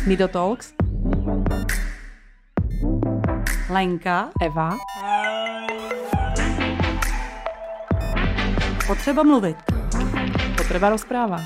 Nido Talks, Lenka, Eva. Potřeba mluvit. Potřeba rozprávat.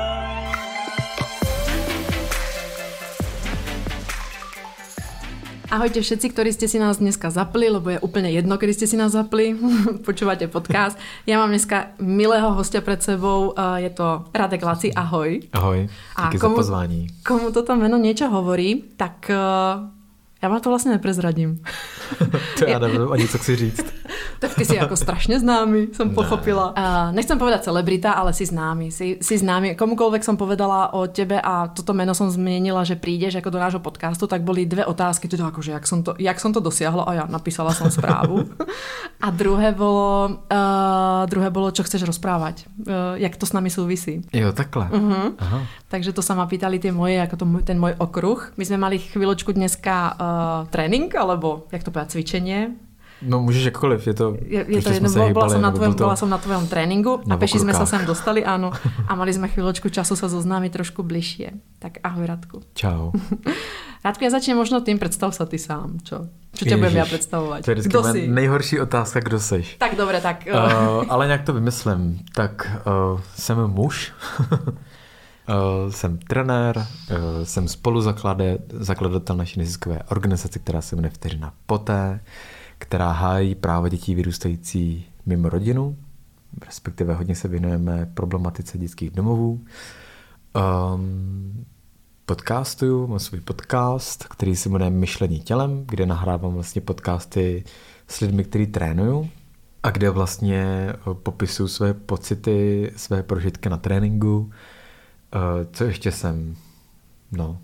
Ahojte všetci, ktorí ste si nás dneska zapli, lebo je úplne jedno, kedy ste si nás zapli. Počúvate podcast. Ja mám dneska milého hostia pred sebou. Je to Radek Laci. Ahoj. Ahoj, díky za pozvání. Komu toto meno niečo hovorí, tak ja vám to vlastne neprezradím. To ja neviem ani, co chci říct. Tak ty si ako strašne známy, som pochopila. Nechcem povedať celebrita, ale si známy. Si známy. Komukoľvek som povedala o tebe a toto meno som zmenila, že prídeš ako do nášho podcastu, tak boli dve otázky, teda akože jak som to dosiahla a ja napísala som správu. A druhé bolo, čo chceš rozprávať. Jak to s nami súvisí. Jo, takhle. Aha. Takže to sa ma pýtali tie moje, ako ten môj okruh. My sme mali chvíľočku dneska trénink, alebo jak to povedať, cvičenie. No můžeš jakkoliv, je to jedno, bola som na tvojom tréninku a peši sme sa sem dostali, áno, a mali sme chvíľočku času sa zoznámiť trošku bližšie. Tak ahoj, Radku. Čau. Radku, ja začnem možno tým, predstav sa ty sám, čo ťa budem ja predstavovať. To je vždycky nejhorší otázka, kdo seš. Tak dobre, tak. Ale nějak to vymyslím. Tak jsem muž, jsem trenér, jsem spoluzakladatel naší neziskové organizace, která se jmenuje Vteřina poté, která hájí práva dětí vyrůstající mimo rodinu, respektive hodně se věnujeme problematice dětských domovů. Podcastuju, mám svůj podcast, který se jmenuje Myšlení tělem, kde nahrávám vlastně podcasty s lidmi, kteří trénují a kde vlastně popisuju své pocity, své prožitky na tréninku. Co ještě jsem? No.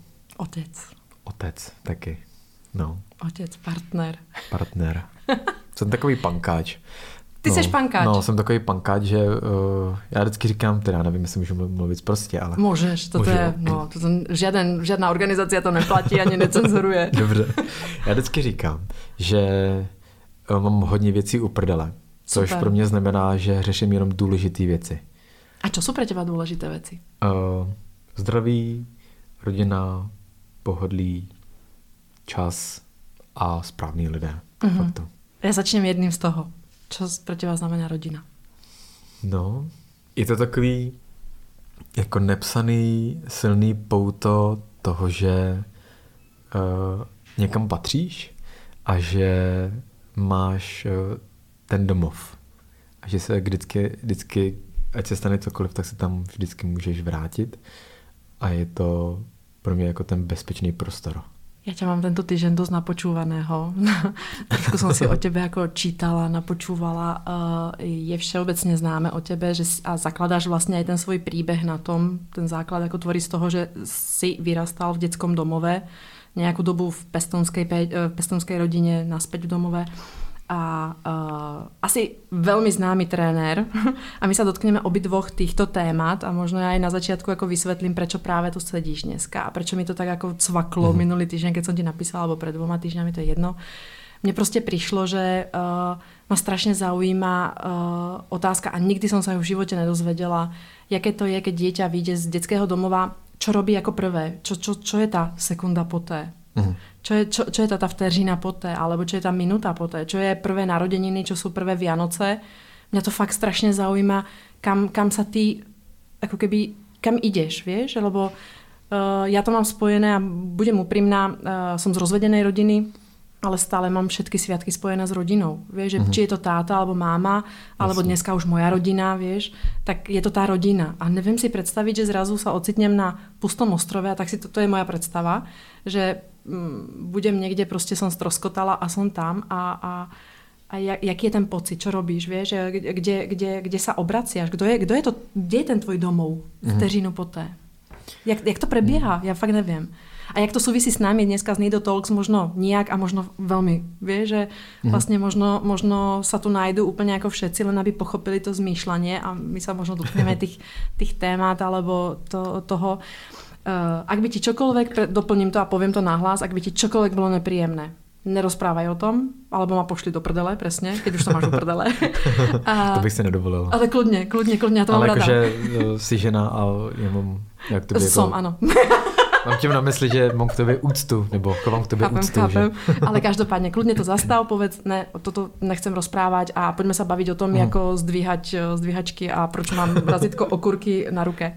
Otec taky. No. Otec, partner. Jsem takový pankáč. Ty seš pankáč? No, jsem takový pankáč, že já vždycky říkám, teda nevím, jestli můžu mluvit prostě, ale... Můžeš, žádná organizace to neplatí ani necenzuruje. Dobře. Já vždycky říkám, že mám hodně věcí u prdele, což pro mě znamená, že řeším jenom důležité věci. A čo sú pre teba dôležité veci? Zdraví, rodina, pohodlí, čas a správní lidé. Faktu. Ja začnem jedným z toho. Čo pre teba znamená rodina? No, je to takový jako nepsaný silný pouto toho, že někam patříš a že máš ten domov. A že se vždycky ať se stane cokoliv, tak se tam vždycky můžeš vrátit a je to pro mě jako ten bezpečný prostor. Ja ťa mám tento týždeň dosť napočúvaného. Trošku som si o tebe ako čítala, napočúvala. Je všeobecne známe o tebe a zakladáš vlastne aj ten svoj príbeh na tom. Ten základ ako tvorí z toho, že si vyrastal v detskom domove, nejakú dobu v pestonskej rodine, naspäť v domove. A asi veľmi známy tréner a my sa dotkneme obidvoch týchto témat a možno ja aj na začiatku ako vysvetlím, prečo práve tu sedíš dneska a prečo mi to tak ako cvaklo minulý týždeň, keď som ti napísala, alebo pred 2 týždňami, to je jedno. Mne proste prišlo, že ma strašne zaujíma otázka a nikdy som sa ju v živote nedozvedela, jaké to je, keď dieťa vyjde z detského domova, čo robí ako prvé, čo je tá sekunda poté. Čo je tá vteřina poté, alebo čo je tá minúta poté, čo je prvé narodeniny, čo sú prvé Vianoce. Mňa to fakt strašne zaujíma, kam sa ty, ako keby, kam ideš, vieš? Lebo ja to mám spojené a budem úprimná, som z rozvedenej rodiny, ale stále mám všetky sviatky spojené s rodinou. Vieš, že či je to táta, alebo máma, alebo dneska už moja rodina, vieš, tak je to tá rodina. A neviem si predstaviť, že zrazu sa ocitnem na pustom ostrove a tak si to je moja predstava, že budem niekde, proste som stroskotala a som tam a jaký je ten pocit, čo robíš, vieš, kde sa obraciaš, kde je ten tvoj domov vteřinu poté? Jak to prebieha? Ja fakt neviem. A jak to súvisí s nami dneska z Nido Talks, možno nijak a možno veľmi. Vieš, že vlastne možno sa tu nájdú úplne ako všetci, len aby pochopili to zmýšľanie a my sa možno dotkneme tých témat alebo toho. Ak by ti čokoľvek, doplním to a poviem to nahlas, ak by ti čokoľvek bolo nepríjemné, nerozprávaj o tom, alebo ma pošli do prdele, presne, keď už to máš do prdele. To bych si nedovolil. Ale kludně, já to mám rada. Ale jakože jsi žena a já mám, jak to by Som, ano. Mám tím na mysli, že mám k tobě úctu, nebo chovám k tobě úctu. Chápem. Ale každopádně, kludně to zastav, povedz, ne, toto nechcem rozprávať a poďme sa baviť o tom, ako zdvíhať zdvíhačky a proč mám razítko okurky na ruke.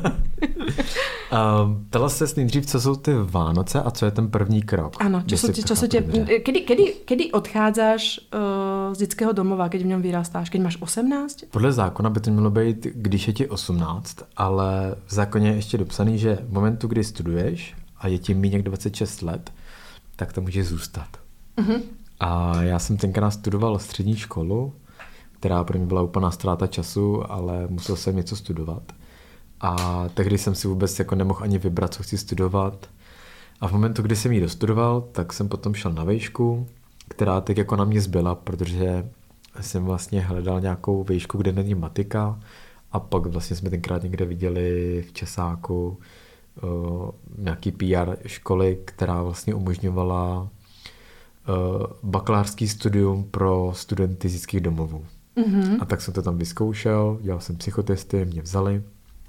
Ptala ses nejdřív, co jsou ty Vánoce a co je ten první krok? Áno, kedy odchádzaš z dětského domova, keď v něm vyrastáš? Keď máš 18? Podle zákona by to mělo být, když je ti 18, ale v zákoně je ještě dopsaný, že v momentu, kdy studuješ a je ti méně jak 26 let, tak to může zůstat. A já jsem tenkrát studoval střední školu, která pro mě byla úplná ztráta času, ale musel jsem něco studovat. A tehdy jsem si vůbec jako nemohl ani vybrat, co chci studovat. A v momentu, kdy jsem ji dostudoval, tak jsem potom šel na vejšku, která teď jako na mě zbyla, protože jsem vlastně hledal nějakou vejšku, kde není matika. A pak vlastně jsme tenkrát někde viděli v Česáku nějaký PR školy, která vlastně umožňovala bakalářský studium pro studenty z dětských domovů. A tak jsem to tam vyzkoušel, dělal jsem psychotesty, mě vzali.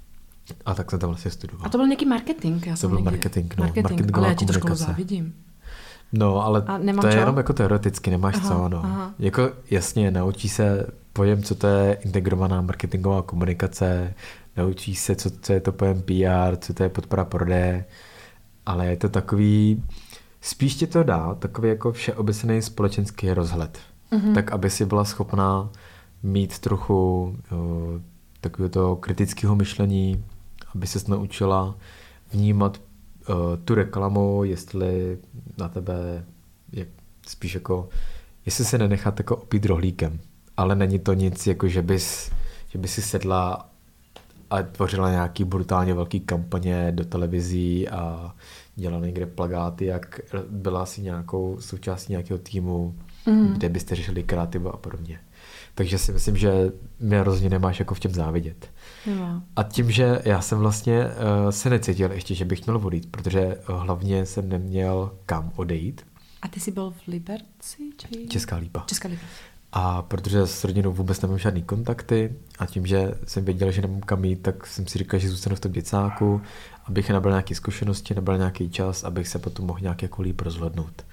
A tak jsem tam vlastně studoval. A to byl nějaký marketing? To byl marketing, no. Ale já ti to školu závidím. No, ale to je jenom jako teoreticky, nemáš co, no. Jako jasně, naučí se pojem, co to je integrovaná marketingová komunikace, naučí se, co je to pojem PR, co to je podpora prodeje, ale je to takový, spíš ti to dá takový jako všeobecný společenský rozhled. Tak, aby si byla schopná mít trochu takového toho kritického myšlení, aby ses naučila vnímat tu reklamu, jestli na tebe je spíš jako, jestli se nenechat jako opít rohlíkem. Ale není to nic, jako že bys si sedla a tvořila nějaký brutálně velký kampaně do televizí a dělala někde plakáty, jak byla si nějakou součástí nějakého týmu, kde byste řešili kreativu a podobně. Takže si myslím, že mě rozhodně nemáš jako v těm závidět. No. A tím, že já jsem vlastně se necítil ještě, že bych měl odejít, protože hlavně jsem neměl kam odejít. A ty jsi byl v Liberci? Či... Česká Lípa. Česká Lípa. A protože s rodinou vůbec nemám žádný kontakty a tím, že jsem věděl, že nemám kam jít, tak jsem si říkal, že zůstanu v tom děcáku, abych nabral nějaké zkušenosti, nabral nějaký čas, abych se potom mohl nějak jako líp rozhodnout.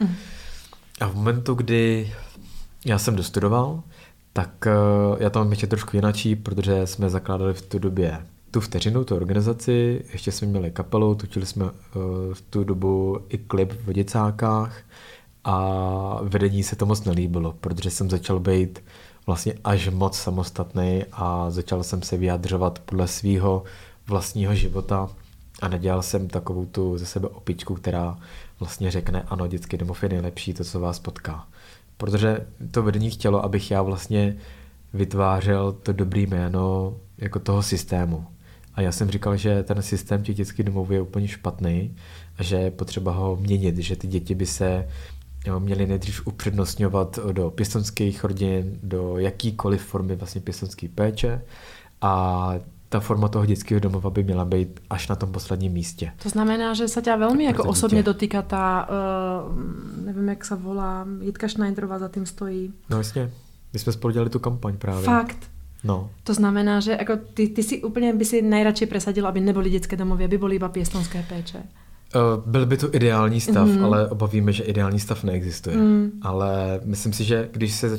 A v momentu, kdy já jsem dostudoval, tak já to mám ještě trošku jinačí, protože jsme zakládali v tu době tu vteřinu, tu organizaci, ještě jsme měli kapelu, točili jsme v tu dobu i klip v děcákách a vedení se to moc nelíbilo, protože jsem začal být vlastně až moc samostatný a začal jsem se vyjadřovat podle svého vlastního života a nedělal jsem takovou tu ze sebe opičku, která vlastně řekne, ano, dětský domov je nejlepší, to, co vás potká. Protože to vedení chtělo, abych já vlastně vytvářel to dobrý jméno jako toho systému. A já jsem říkal, že ten systém těch dětských domovů je úplně špatný a že je potřeba ho měnit, že ty děti by se měly nejdřív upřednostňovat do pěstounských rodin, do jakýkoliv formy vlastně pěstounské péče a ta forma toho dětského domova by měla být až na tom posledním místě. To znamená, že sa ťa veľmi jako osobně dotýka tá, nevím, jak sa volá, Jitka Schneiderová za tým stojí. No jasně, my jsme spolu dělali tu kampaň právě. Fakt? No. To znamená, že jako ty si úplně by si nejradši presadil, aby neboli dětské domovy, aby byly iba pěstounské péče. Byl by to ideální stav, ale obavíme, že ideální stav neexistuje. Ale myslím si, že když si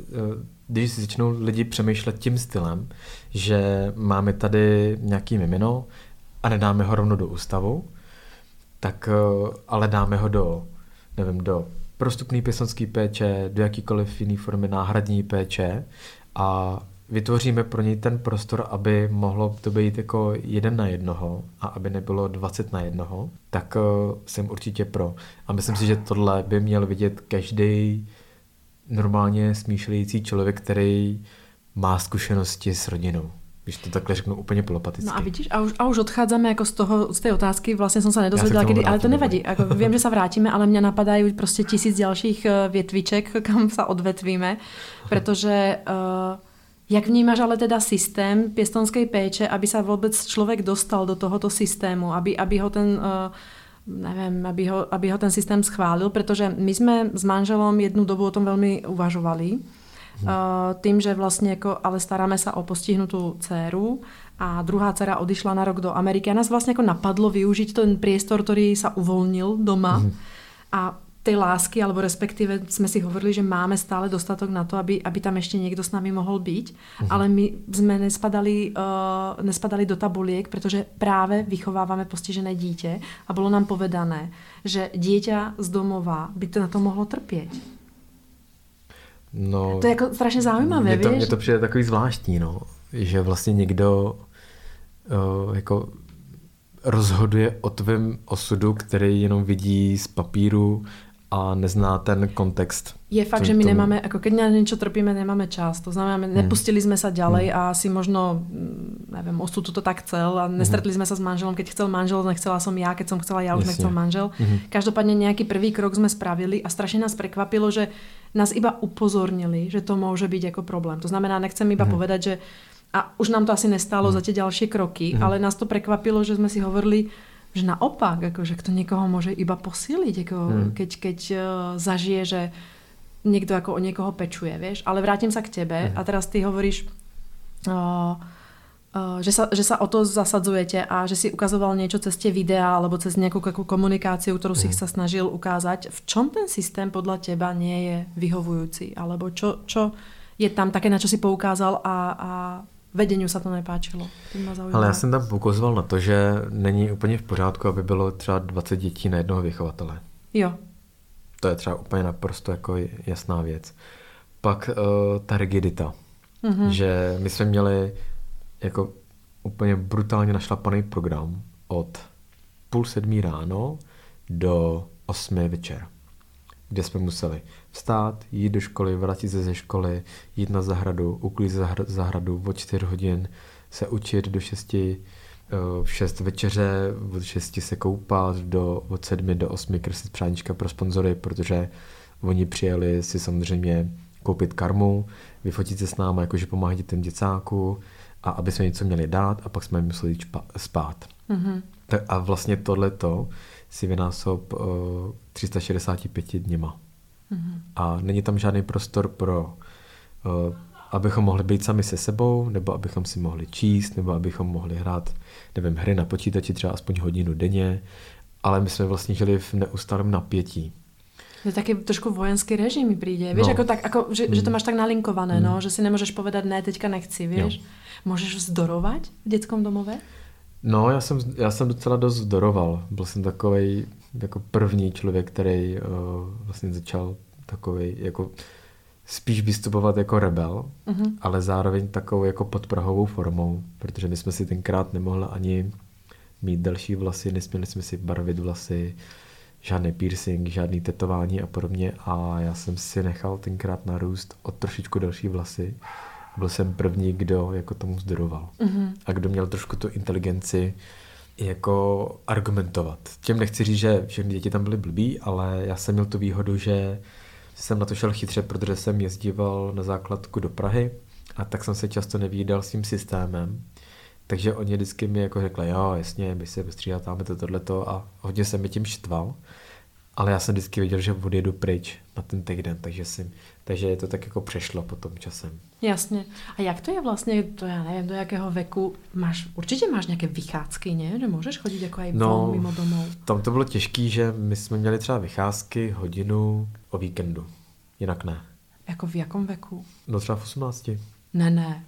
začnou lidi přemýšlet tím stylem, že máme tady nějaký mimino a nedáme ho rovno do ústavu, tak ale dáme ho do prostupné pěstounské péče, do jakýkoliv jiné formy náhradní péče a vytvoříme pro něj ten prostor, aby mohlo to být jako 1 na 1 a aby nebylo 20 na 1, tak jsem určitě pro. A myslím si, že tohle by měl vidět každý normálně smýšlející člověk, který má zkušenosti s rodinou. Když to takhle řeknu úplně polopaticky. No a vidíš, a už odchádzame jako z té otázky, vlastně jsem se nedozvedla, kedy, ale to nevadí. Jako, vím, že se vrátíme, ale mě napadají prostě 1000 dalších větviček, kam se odvetvíme, protože jak vnímáš ale teda systém pěstounské péče, aby se vůbec člověk dostal do tohoto systému, aby ho ten nevím, aby ho ten systém schválil, protože my jsme s manželom jednu dobu o tom velmi uvažovali Tým, že vlastne ale staráme sa o postihnutú dcéru a druhá dcera odišla na rok do Ameriky a nás vlastne napadlo využiť ten priestor, ktorý sa uvoľnil doma a tej lásky, alebo respektíve sme si hovorili, že máme stále dostatok na to, aby tam ešte niekto s nami mohol byť, ale my sme nespadali do tabuliek, pretože práve vychovávame postižené dieťa a bolo nám povedané, že dieťa z domova by to na to mohlo trpieť. No, to je strašně zaujímavé, víš? Mně to přijde takový zvláštní, že vlastně někdo rozhoduje o tvém osudu, který jenom vidí z papíru a nezná ten kontext. Je fakt, že my nemáme, keď na niečo trpíme, nemáme čas. To znamená, nepustili sme sa ďalej a asi možno, neviem, osud to tak chcel a nestretli sme sa s manželom, keď chcel manžel, nechcela som ja, keď som chcela ja, už nechcel manžel. Každopádne nejaký prvý krok sme spravili a strašne nás prekvapilo, že nás iba upozornili, že to môže byť ako problém. To znamená, nechcem iba povedať, že a už nám to asi nestalo za tie ďalšie kroky, ale nás to prekvapilo, že sme si hovorili, že naopak, že to niekoho môže iba posíliť, keď zažije, že niekto o niekoho pečuje, vieš. Ale vrátim sa k tebe a teraz ty hovoríš, že sa o to zasadzujete a že si ukazoval niečo cez tie videá alebo cez nejakú komunikáciu, ktorú si sa snažil ukázať. V čom ten systém podľa teba nie je vyhovujúci? Alebo čo je tam také, na čo si poukázal a vedeniu sa to nepáčilo. Ale já jsem tam poukazoval na to, že není úplně v pořádku, aby bylo třeba 20 dětí na jednoho vychovatele. Jo. To je třeba úplně naprosto jasná věc. Pak ta rigidita. Že my jsme měli úplně brutálně našlapaný program od 6:30 ráno do 8 večer, kde jsme museli vstát, jít do školy, vrátit se ze školy, jít na zahradu, uklízet zahradu, od 4 hodin se učit do 6, v 6 večeře, od 6 se koupat, od 7 do 8 kreslit přáníčka pro sponzory, protože oni přijeli si samozřejmě koupit karmu, vyfotit se s náma, jakože pomáhat těm děcáku a aby jsme něco měli dát a pak jsme museli jít spát. A vlastně tohleto si vynásob 365 dněma. A není tam žádný prostor pro, abychom mohli být sami se sebou, nebo abychom si mohli číst, nebo abychom mohli hrát, nevím, hry na počítači třeba aspoň hodinu denně, ale my jsme vlastně žili v neustálém napětí. To je taký trošku vojenský režim mi príde. Vieš, že to máš tak nalinkované, že si nemôžeš povedať ne, teďka nechci, vieš. Môžeš vzdorovať v dětskom domove? No, já jsem docela dost vzdoroval. Byl jsem takovej jako první člověk, který vlastně začal takovej jako spíš vystupovat jako rebel, ale zároveň takovou jako podprahovou formou, protože my jsme si tenkrát nemohli ani mít další vlasy, nesměli jsme si barvit vlasy, žádný piercing, žádný tetování a podobně a já jsem si nechal tenkrát narůst o trošičku další vlasy. Byl jsem první, kdo jako tomu vzdoroval. A kdo měl trošku tu inteligenci jako argumentovat. Tím nechci říct, že všechny děti tam byly blbý, ale já jsem měl tu výhodu, že jsem na to šel chytře, protože jsem jezdíval na základku do Prahy a tak jsem se často nevídal s tím systémem. Takže oni vždycky mi jako řekli, jo, jasně, my se vystříháme tohleto a hodně jsem mi tím štval. Ale já jsem vždycky věděl, že odjedu pryč na ten týden, takže je to tak jako přešlo potom časem. Jasně. A jak to je vlastně, to já nevím, do jakého veku určitě máš nějaké vycházky, ne? Že můžeš chodit jako aj von mimo domov? Tam to bylo těžký, že my jsme měli třeba vycházky hodinu o víkendu. Jinak ne. Jako v jakom veku? No třeba v 18. Ne.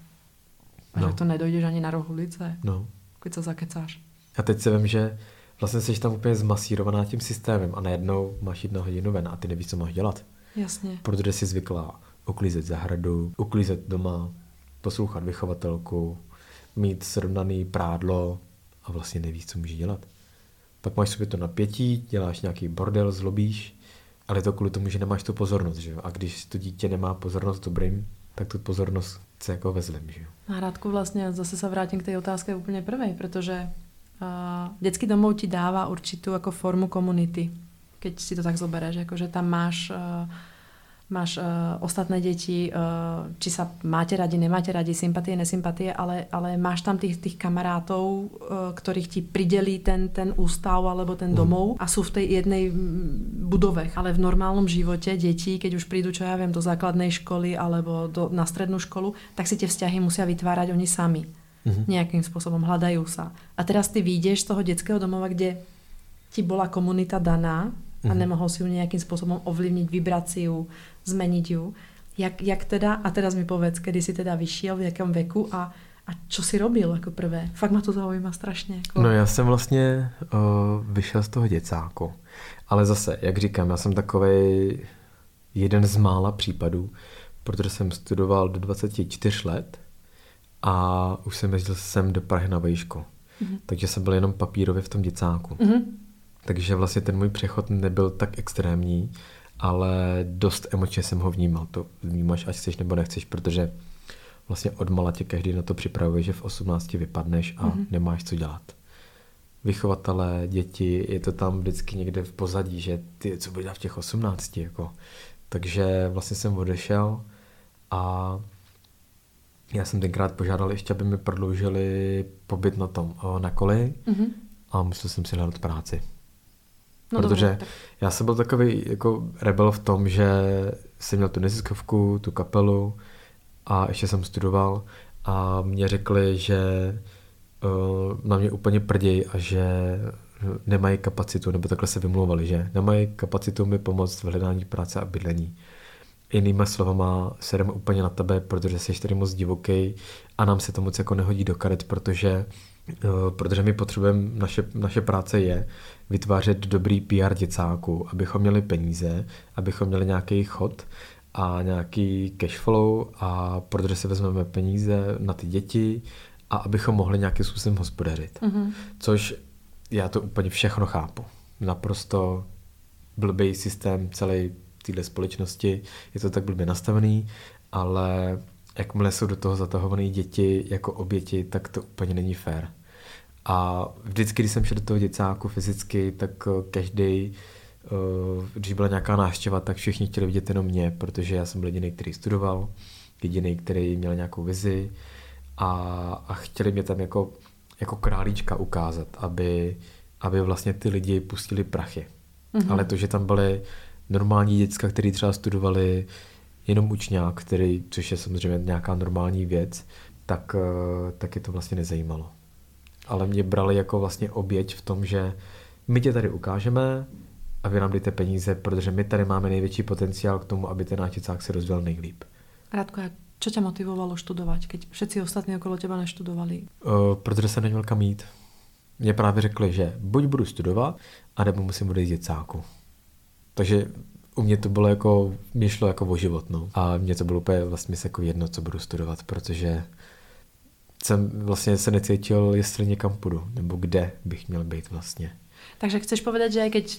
A že to nedojdeš ani na roh ulice? No. Keď se zakecáš. A teď se vím, že vlastně jsi tam úplně zmasírovaná tím systémem a najednou máš 1 hodinu ven a ty nevíš, co máš dělat. Jasně. Protože jsi zvykla uklízet zahradu, uklízet doma, poslouchat vychovatelku, mít srovnaný prádlo a vlastně nevíš, co můžeš dělat. Pak máš sobě to napětí, děláš nějaký bordel, zlobíš, ale je to kvůli tomu, že nemáš tu pozornost, že jo? A když to dítě nemá pozornost dobrým, tak tu pozornost se jako vezlem, že jo? A Rádku, vlastně zase se vrátím k té otázce úplně prvej, protože detský domov ti dáva určitú ako formu komunity, keď si to tak zobereš, akože tam máš máš ostatné deti, či sa máte radi, nemáte radi, sympatie, nesympatie, ale máš tam tých kamarátov, ktorých ti pridelí ten ústav alebo ten domov a sú v tej jednej budove. Ale v normálnom živote deti, keď už prídu, čo ja viem, do základnej školy alebo na strednú školu, tak si tie vzťahy musia vytvárať oni sami. Nejakým spôsobom hľadajú sa. A teraz ty vyjdeš z toho detského domova, kde ti bola komunita daná a nemohol si ju nejakým spôsobom ovlivniť, vybrať si ju, zmeniť ju. Jak teda, a teraz mi povedz, kedy si teda vyšiel, v jakém veku a čo si robil jako prvé? Fakt ma to zaujíma strašně. Jako... No já jsem vlastně vyšel z toho děcáku. Ale zase, jak říkám, já jsem takovej jeden z mála případů, protože jsem studoval do 24 let a už jsem jezdil sem do Prahy na vejšku. Takže jsem byl jenom papírově v tom děcáku. Takže vlastně ten můj přechod nebyl tak extrémní, ale dost emočně jsem ho vnímal. To vnímáš, ať chceš nebo nechceš, protože vlastně odmala tě každý na to připravuje, že v 18 vypadneš a nemáš co dělat. Vychovatelé, děti, je to tam vždycky někde v pozadí, že ty, co bude v těch 18, jako. Takže vlastně jsem odešel a já jsem tenkrát požádal ještě, aby mi prodloužili pobyt na koli a musel jsem si hledat práci. No protože já jsem byl takový jako rebel v tom, že jsem měl tu neziskovku, tu kapelu a ještě jsem studoval a mě řekli, že na mě úplně prděj a že nemají kapacitu, nebo takhle se vymlouvali, že nemají kapacitu mi pomoct v hledání práce a bydlení. Jinýma slovama serem úplně na tebe, protože jsi tady moc divoký a nám se to moc jako nehodí do karet, protože my potřebujeme, naše práce je vytvářet dobrý PR děcáku, abychom měli peníze, abychom měli nějaký chod a nějaký cashflow a protože si vezmeme peníze na ty děti a abychom mohli nějakým způsobem hospodařit. Což já to úplně všechno chápu. Naprosto blbý systém celé téhle společnosti, je to tak blbě nastavený, ale jakmile jsou do toho zatahované děti jako oběti, tak to úplně není fér. A vždycky, když jsem šel do toho děcáku fyzicky, tak každý, když byla nějaká návštěva, tak všichni chtěli vidět jenom mě, protože já jsem byl jediný, který studoval, jediný, který měl nějakou vizi a chtěli mě tam jako králíčka ukázat, aby vlastně ty lidi pustili prachy. Ale to, že tam byly normální děcka, který třeba studovali jenom učňák, což je samozřejmě nějaká normální věc, tak je to vlastně nezajímalo. Ale mě brali jako vlastně oběť v tom, že my tě tady ukážeme a vy nám dejte peníze, protože my tady máme největší potenciál k tomu, aby ten náš děcák se rozvíjel nejlíp. Radko, a čo ťa motivovalo študovať, keď všetci ostatní okolo teba neštudovali? Protože jsem neměl kam jít. Mě právě řekli, že buď budu studovat, anebo musím odejít z děcáku. Takže u mě to bylo jako, mě šlo jako o život, no. A mě to bylo úplně vlastně jako jedno, co budu studovat, protože jsem vlastně se necítil, jestli někam půjdu, nebo kde bych měl být vlastně. Takže chceš povedať, že aj keď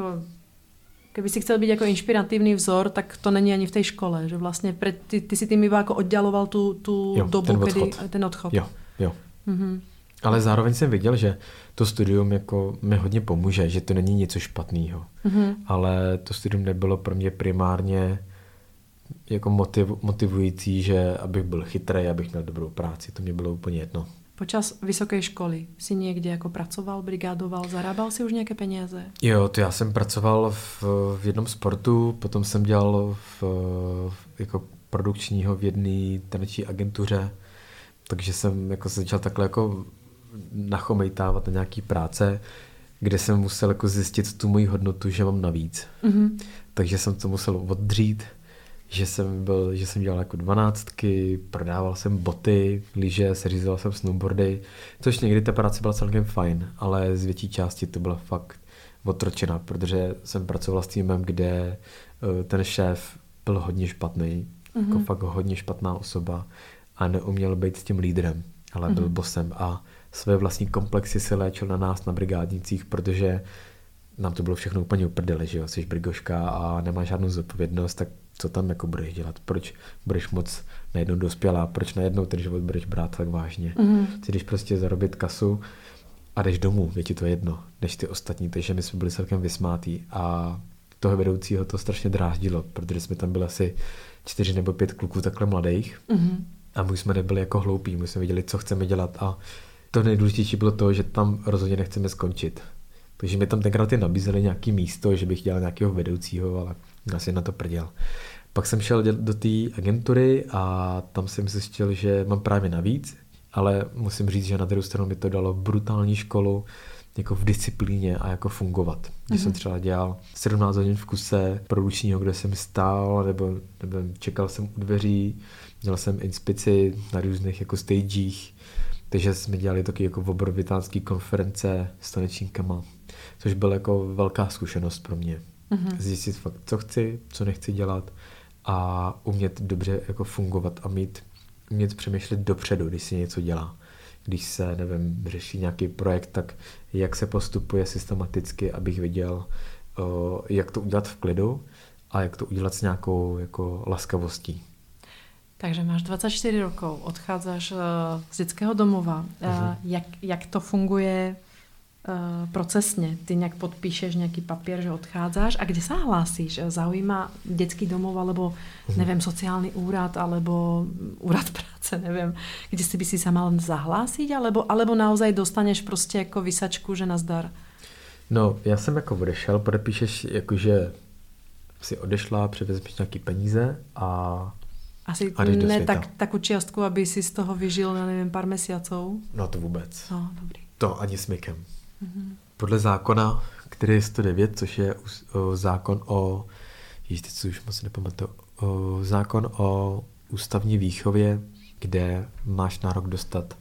keby si chcel byť ako inšpiratívny vzor, tak to není ani v tej škole, že vlastne ty si tým iba ako oddialoval tú dobu, ten odchod. Jo. Ale zároveň jsem viděl, že to studium jako mi hodně pomůže, že to není něco špatného. Ale to studium nebylo pro mě primárně jako motivující, že abych byl chytrý, abych měl dobrou práci. To mě bylo úplně jedno. Počas vysokej školy si někde jako pracoval, brigádoval, zarábal si už nějaké peníze? Jo, to já jsem pracoval v jednom sportu, potom jsem dělal jako produkčního v jedné taneční agentuře, takže jsem jako začal takhle jako nachomejtávat na nějaký práce, kde jsem musel jako zjistit tu moji hodnotu, že mám navíc. Takže jsem to musel oddřít, že jsem dělal jako 12, prodával jsem boty, lyže, seřizoval jsem snowboardy, což někdy ta práce byla celkem fajn, ale z větší části to byla fakt otročena, protože jsem pracoval s týmem, kde ten šéf byl hodně špatný, jako fakt hodně špatná osoba a neuměl být s tím lídrem, ale byl bosem a své vlastní komplexy se léčil na nás, na brigádnicích, protože nám to bylo všechno úplně uprdele, že jo, jsi brigoška a nemáš žádnou zodpovědnost, tak co tam jako budeš dělat? Proč budeš moc najednou dospělá? Proč najednou ten život budeš brát tak vážně? Ty jdeš prostě zarobit kasu a jdeš domů, je ti to jedno, než ty ostatní, takže my jsme byli celkem vysmátí a toho vedoucího to strašně dráždilo, protože jsme tam byli asi 4 nebo 5 kluků takhle mladých a my jsme nebyli jako hloupí, my jsme věděli, co chceme dělat a to nejdůležitější bylo to, že tam rozhodně nechceme skončit. Takže mi tam tenkrát nabízeli nějaký místo, že bych dělal nějakého vedoucího, ale já si na to prděl. Pak jsem šel do té agentury a tam jsem zjistil, že mám právě navíc, ale musím říct, že na druhou stranu mi to dalo brutální školu jako v disciplíně a jako fungovat. Když jsem třeba dělal 17 hodin v kuse produkčního, kde jsem stál, nebo čekal jsem u dveří, měl jsem inspici na různých jako stagech, takže jsme dělali taky jako obrovitánský konference s tanečníkama, což byla jako velká zkušenost pro mě. Zjistit fakt, co chci, co nechci dělat a umět dobře jako fungovat a umět přemýšlet dopředu, když si něco dělá. Když se, nevím, řeší nějaký projekt, tak jak se postupuje systematicky, abych věděl, jak to udělat v klidu a jak to udělat s nějakou jako laskavostí. Takže máš 24 rokov, odchádzaš z dětského domova. Jak to funguje procesne? Ty nejak podpíšeš nejaký papier, že odchádzaš a kde sa hlásíš? Zaujíma detský domov alebo neviem, sociálny úrad alebo úrad práce, neviem, kde si by si sa mal zahlásiť alebo naozaj dostaneš prostě jako vysačku, že nazdar? No, já jsem jako odešel, podepíšeš jakože si odešla, převezmeš nějaký peníze a asi ne takú čiastku, aby si z toho vyžil, ja neviem, pár mesiacov. No to vůbec. No, dobrý. To ani smykem. Podle zákona, který je 109, což je zákon o, teď si už moc nepamatuju, zákon o ústavní výchově, kde máš nárok dostat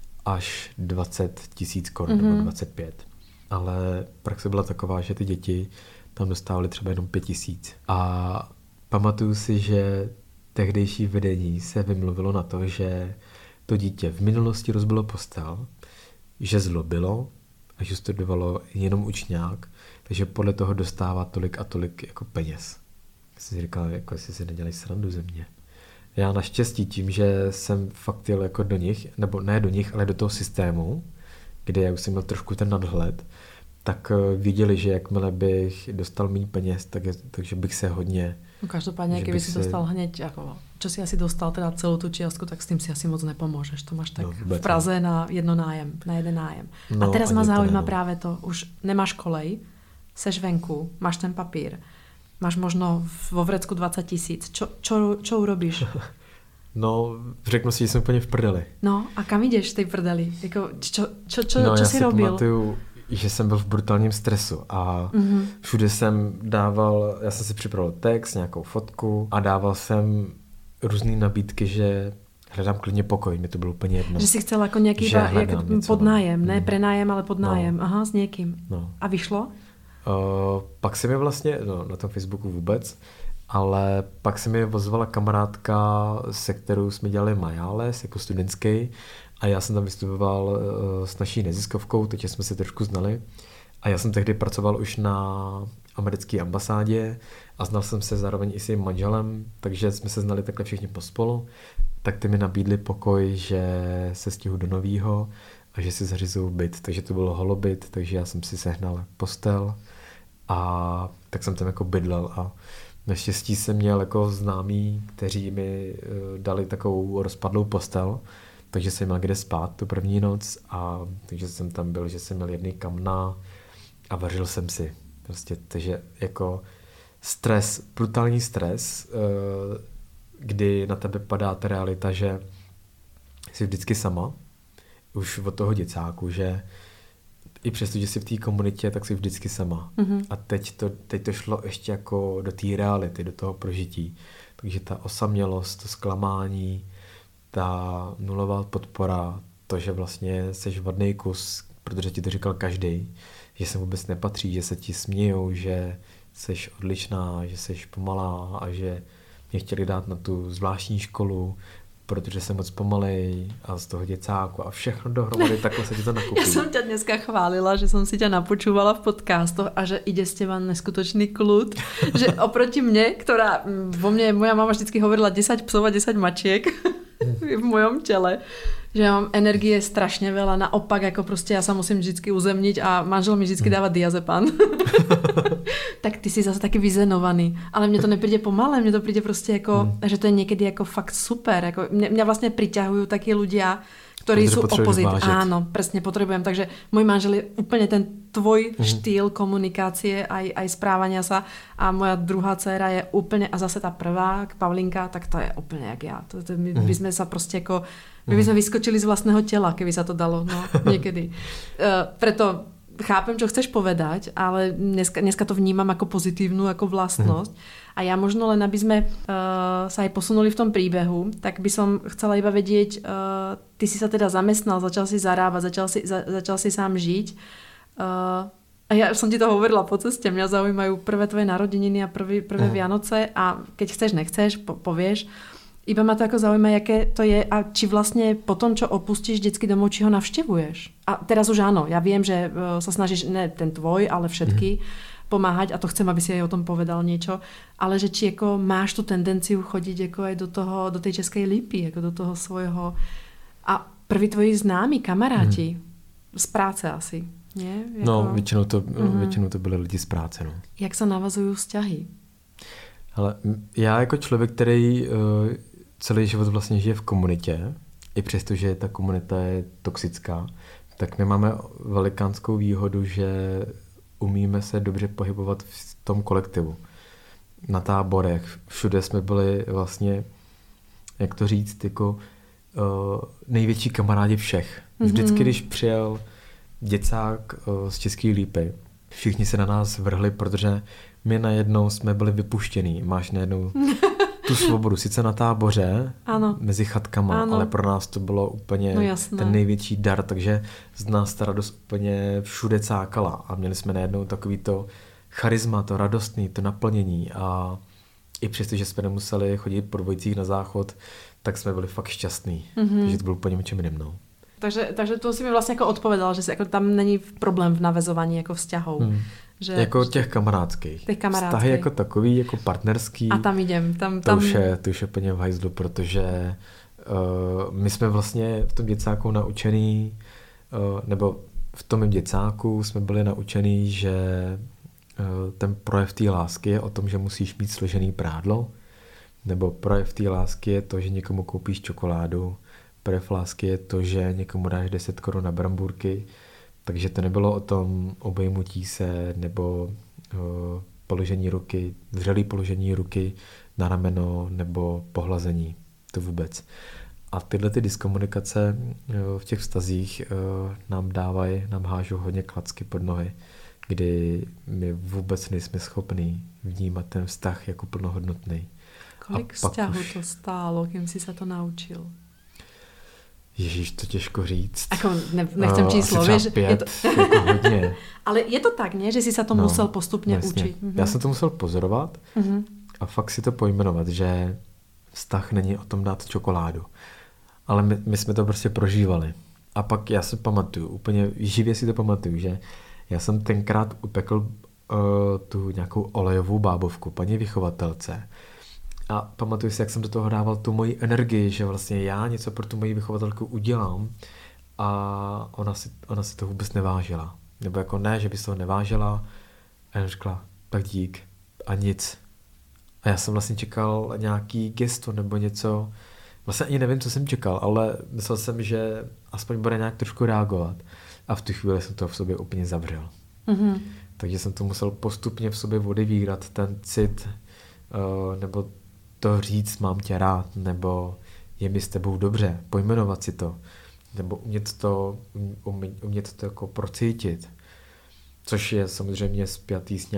až 20 000 korun nebo 25. Ale praxe byla taková, že ty děti tam dostávaly třeba jenom 5 000. A pamatuju si, že tehdejší vedení se vymluvilo na to, že to dítě v minulosti rozbilo postel, že zlobilo a že studovalo jenom učňák, takže podle toho dostává tolik a tolik jako peněz. Já jsem si říkal, jako jestli si nedělají srandu ze mě. Já naštěstí tím, že jsem fakt jel jako do nich, nebo ne do nich, ale do toho systému, kde já už jsem měl trošku ten nadhled, tak věděli, že jakmile bych dostal méně peněz, takže bych se hodně... No každopádne, keby si dostal hneď, ako, čo si asi dostal teda celú tú čiastku, tak s tým si asi moc nepomôžeš. To máš tak v Praze na jeden nájem. No, a teraz ma zaujíma práve to, už nemáš kolej, seš venku, máš ten papír, máš možno vo vrecku 20 000. Čo urobíš? No, řeknu si, že jsem úplně v prdeli. No, a kam ideš v tej prdeli? Jako, čo si robil? Pamatuju, že jsem byl v brutálním stresu a všude jsem dával, já jsem si připravil text, nějakou fotku a dával jsem různé nabídky, že hledám klidně pokoj, mi to bylo úplně jedno. Že si chcel jako nějaký podnájem, ne prenájem, ale podnájem, no. S někým. No. A vyšlo? Pak se mi vlastně, na tom Facebooku vůbec, ale pak se mi ozvala kamarádka, se kterou jsme dělali Majáles, jako studentský, a já jsem tam vystupoval s naší neziskovkou, takže jsme se trošku znali. A já jsem tehdy pracoval už na americké ambasádě a znal jsem se zároveň i s jejím manželem, takže jsme se znali takhle všichni pospolu. Tak ty mi nabídli pokoj, že se stěhuji do novýho a že si zařizuju byt. Takže to bylo holobyt, takže já jsem si sehnal postel a tak jsem tam jako bydlel a naštěstí jsem měl jako známí, kteří mi dali takovou rozpadlou postel, takže jsem měl kde spát tu první noc a takže jsem tam byl, že jsem měl jedný kamna a vařil jsem si. Prostě, takže jako stres, brutální stres, kdy na tebe padá ta realita, že jsi vždycky sama, už od toho děcáku, že i přesto, že jsi v té komunitě, tak jsi vždycky sama. A teď to šlo ještě jako do té reality, do toho prožití. Takže ta osamělost, to zklamání, ta nulová podpora, to, že vlastně seš vadnej kus, protože ti to říkal každý, že se vůbec nepatří, že se ti smějou, že seš odlišná, že seš pomalá a že mě chtěli dát na tu zvláštní školu, protože jsem moc pomalej a z toho děcáku a všechno dohromady, takhle se ti to nakupí. Ja som ťa dneska chválila, že som si ťa napočúvala v podcastoch a že ide z teba neskutočný kľud, že oproti mne, ktorá vo mne, moja mama vždycky hovorila 10 psov a 10 mačiek v mojom tele, že ja mám energie strašne veľa, naopak, ako proste ja sa musím vždycky uzemniť a manžel mi vždycky dáva diazepam. Tak ty si zase taky vyzenovaný, ale mne to nepríde pomalé, mne to príde proste ako, že to je niekedy ako fakt super. Ako, mňa vlastne priťahujú takí ľudia, ktorí sú opozit. Áno, presne potrebujem. Takže môj manžel je úplne ten tvoj štýl komunikácie, aj správania sa a moja druhá dcéra je úplne, a zase tá prvá, Pavlinka, tak to je úplne jak ja. My by sme sa proste ako, my by sme vyskočili z vlastného tela, keby sa to dalo, no, niekedy. Preto chápem, čo chceš povedať, ale dneska to vnímam ako pozitívnu, ako vlastnosť. A ja možno len, aby sme sa aj posunuli v tom príbehu, tak by som chcela iba vedieť, ty si sa teda zamestnal, začal si zarábať, začal si sám žiť. A ja som ti to hovorila po ceste, mňa zaujímajú prvé tvoje narodeniny a prvé Vianoce a keď chceš, nechceš, povieš. Iba ma to ako zaujíma, jaké to je a či vlastne po tom, čo opustíš detský domov, či ho navštevuješ. A teraz už áno, ja viem, že sa snažíš, ne ten tvoj, ale všetky, pomáhať a to chcem, aby si aj o tom povedal niečo, ale že či ako máš tú tendenciu chodiť ako aj do tej Českej Lípy, ako do toho svojho a prví tvoji známi, kamaráti z práce asi, nie? Jako... No, většinou to byly lidi z práce, no. Jak se navazují vzťahy? Ale já jako člověk, který celý život vlastně žije v komunitě, i přesto, že ta komunita je toxická, tak my máme velikánskou výhodu, že umíme se dobře pohybovat v tom kolektivu. Na táborech, všude jsme byli vlastně, jak to říct, jako největší kamarádi všech. Vždycky, když přijel děcák z České Lípy, všichni se na nás vrhli, protože my najednou jsme byli vypuštění. Máš najednou tu svobodu, sice na táboře, ano. Mezi chatkama, ano. Ale pro nás to bylo úplně ten největší dar, takže z nás ta radost úplně všude cákala a měli jsme najednou takový to charisma, to radostný, to naplnění a i přesto, že jsme nemuseli chodit po dvojicích na záchod, tak jsme byli fakt šťastní, takže to bylo úplně něčem jiným. No. Takže to si mi vlastně jako odpovedal, že jako tam není problém v navezování jako vzťahů. Že jako těch kamarádských. Vztahy jako takový, jako partnerský. A tam jdem. Tam... To už je plně v hajzlu, protože my jsme vlastně v tom děcáku naučený, nebo v tom děcáku jsme byli naučený, že ten projev té lásky je o tom, že musíš mít složený prádlo, nebo projev té lásky je to, že někomu koupíš čokoládu, projev lásky je to, že někomu dáš 10 korun na brambůrky, takže to nebylo o tom obejmutí se nebo položení ruky, vřelý položení ruky na rameno nebo pohlazení, to vůbec. A tyhle ty diskomunikace v těch vztazích nám hážou hodně klacky pod nohy, kdy my vůbec nejsme schopní vnímat ten vztah jako plnohodnotný. Kolik vzťahů to stálo, kým si se to naučil? Ježíš, to těžko říct. Ako nechcem číslo, vieš. Je to... jako hodně. Ale je to tak, nie? Že si sa to musel postupně učit. Já jsem to musel pozorovat a fakt si to pojmenovat, že vztah není o tom dát čokoládu. Ale my jsme to prostě prožívali. A pak já si pamatuju, úplně živě si to pamatuju, že já jsem tenkrát upekl tu nějakou olejovou bábovku paní vychovatelce. A pamatuju si, jak jsem do toho dával tu moji energii, že vlastně já něco pro tu moji vychovatelku udělám a ona si to vůbec nevážila. Nebo jako ne, že by se toho nevážila. A já řekla, tak dík. A nic. A já jsem vlastně čekal nějaký gesto nebo něco. Vlastně ani nevím, co jsem čekal, ale myslel jsem, že aspoň bude nějak trošku reagovat. A v tu chvíli jsem to v sobě úplně zavřel. Takže jsem to musel postupně v sobě odevírat, ten cit, nebo to říct, mám tě rád, nebo je mi s tebou dobře, pojmenovat si to, nebo umět to jako procítit, což je samozřejmě spjatý s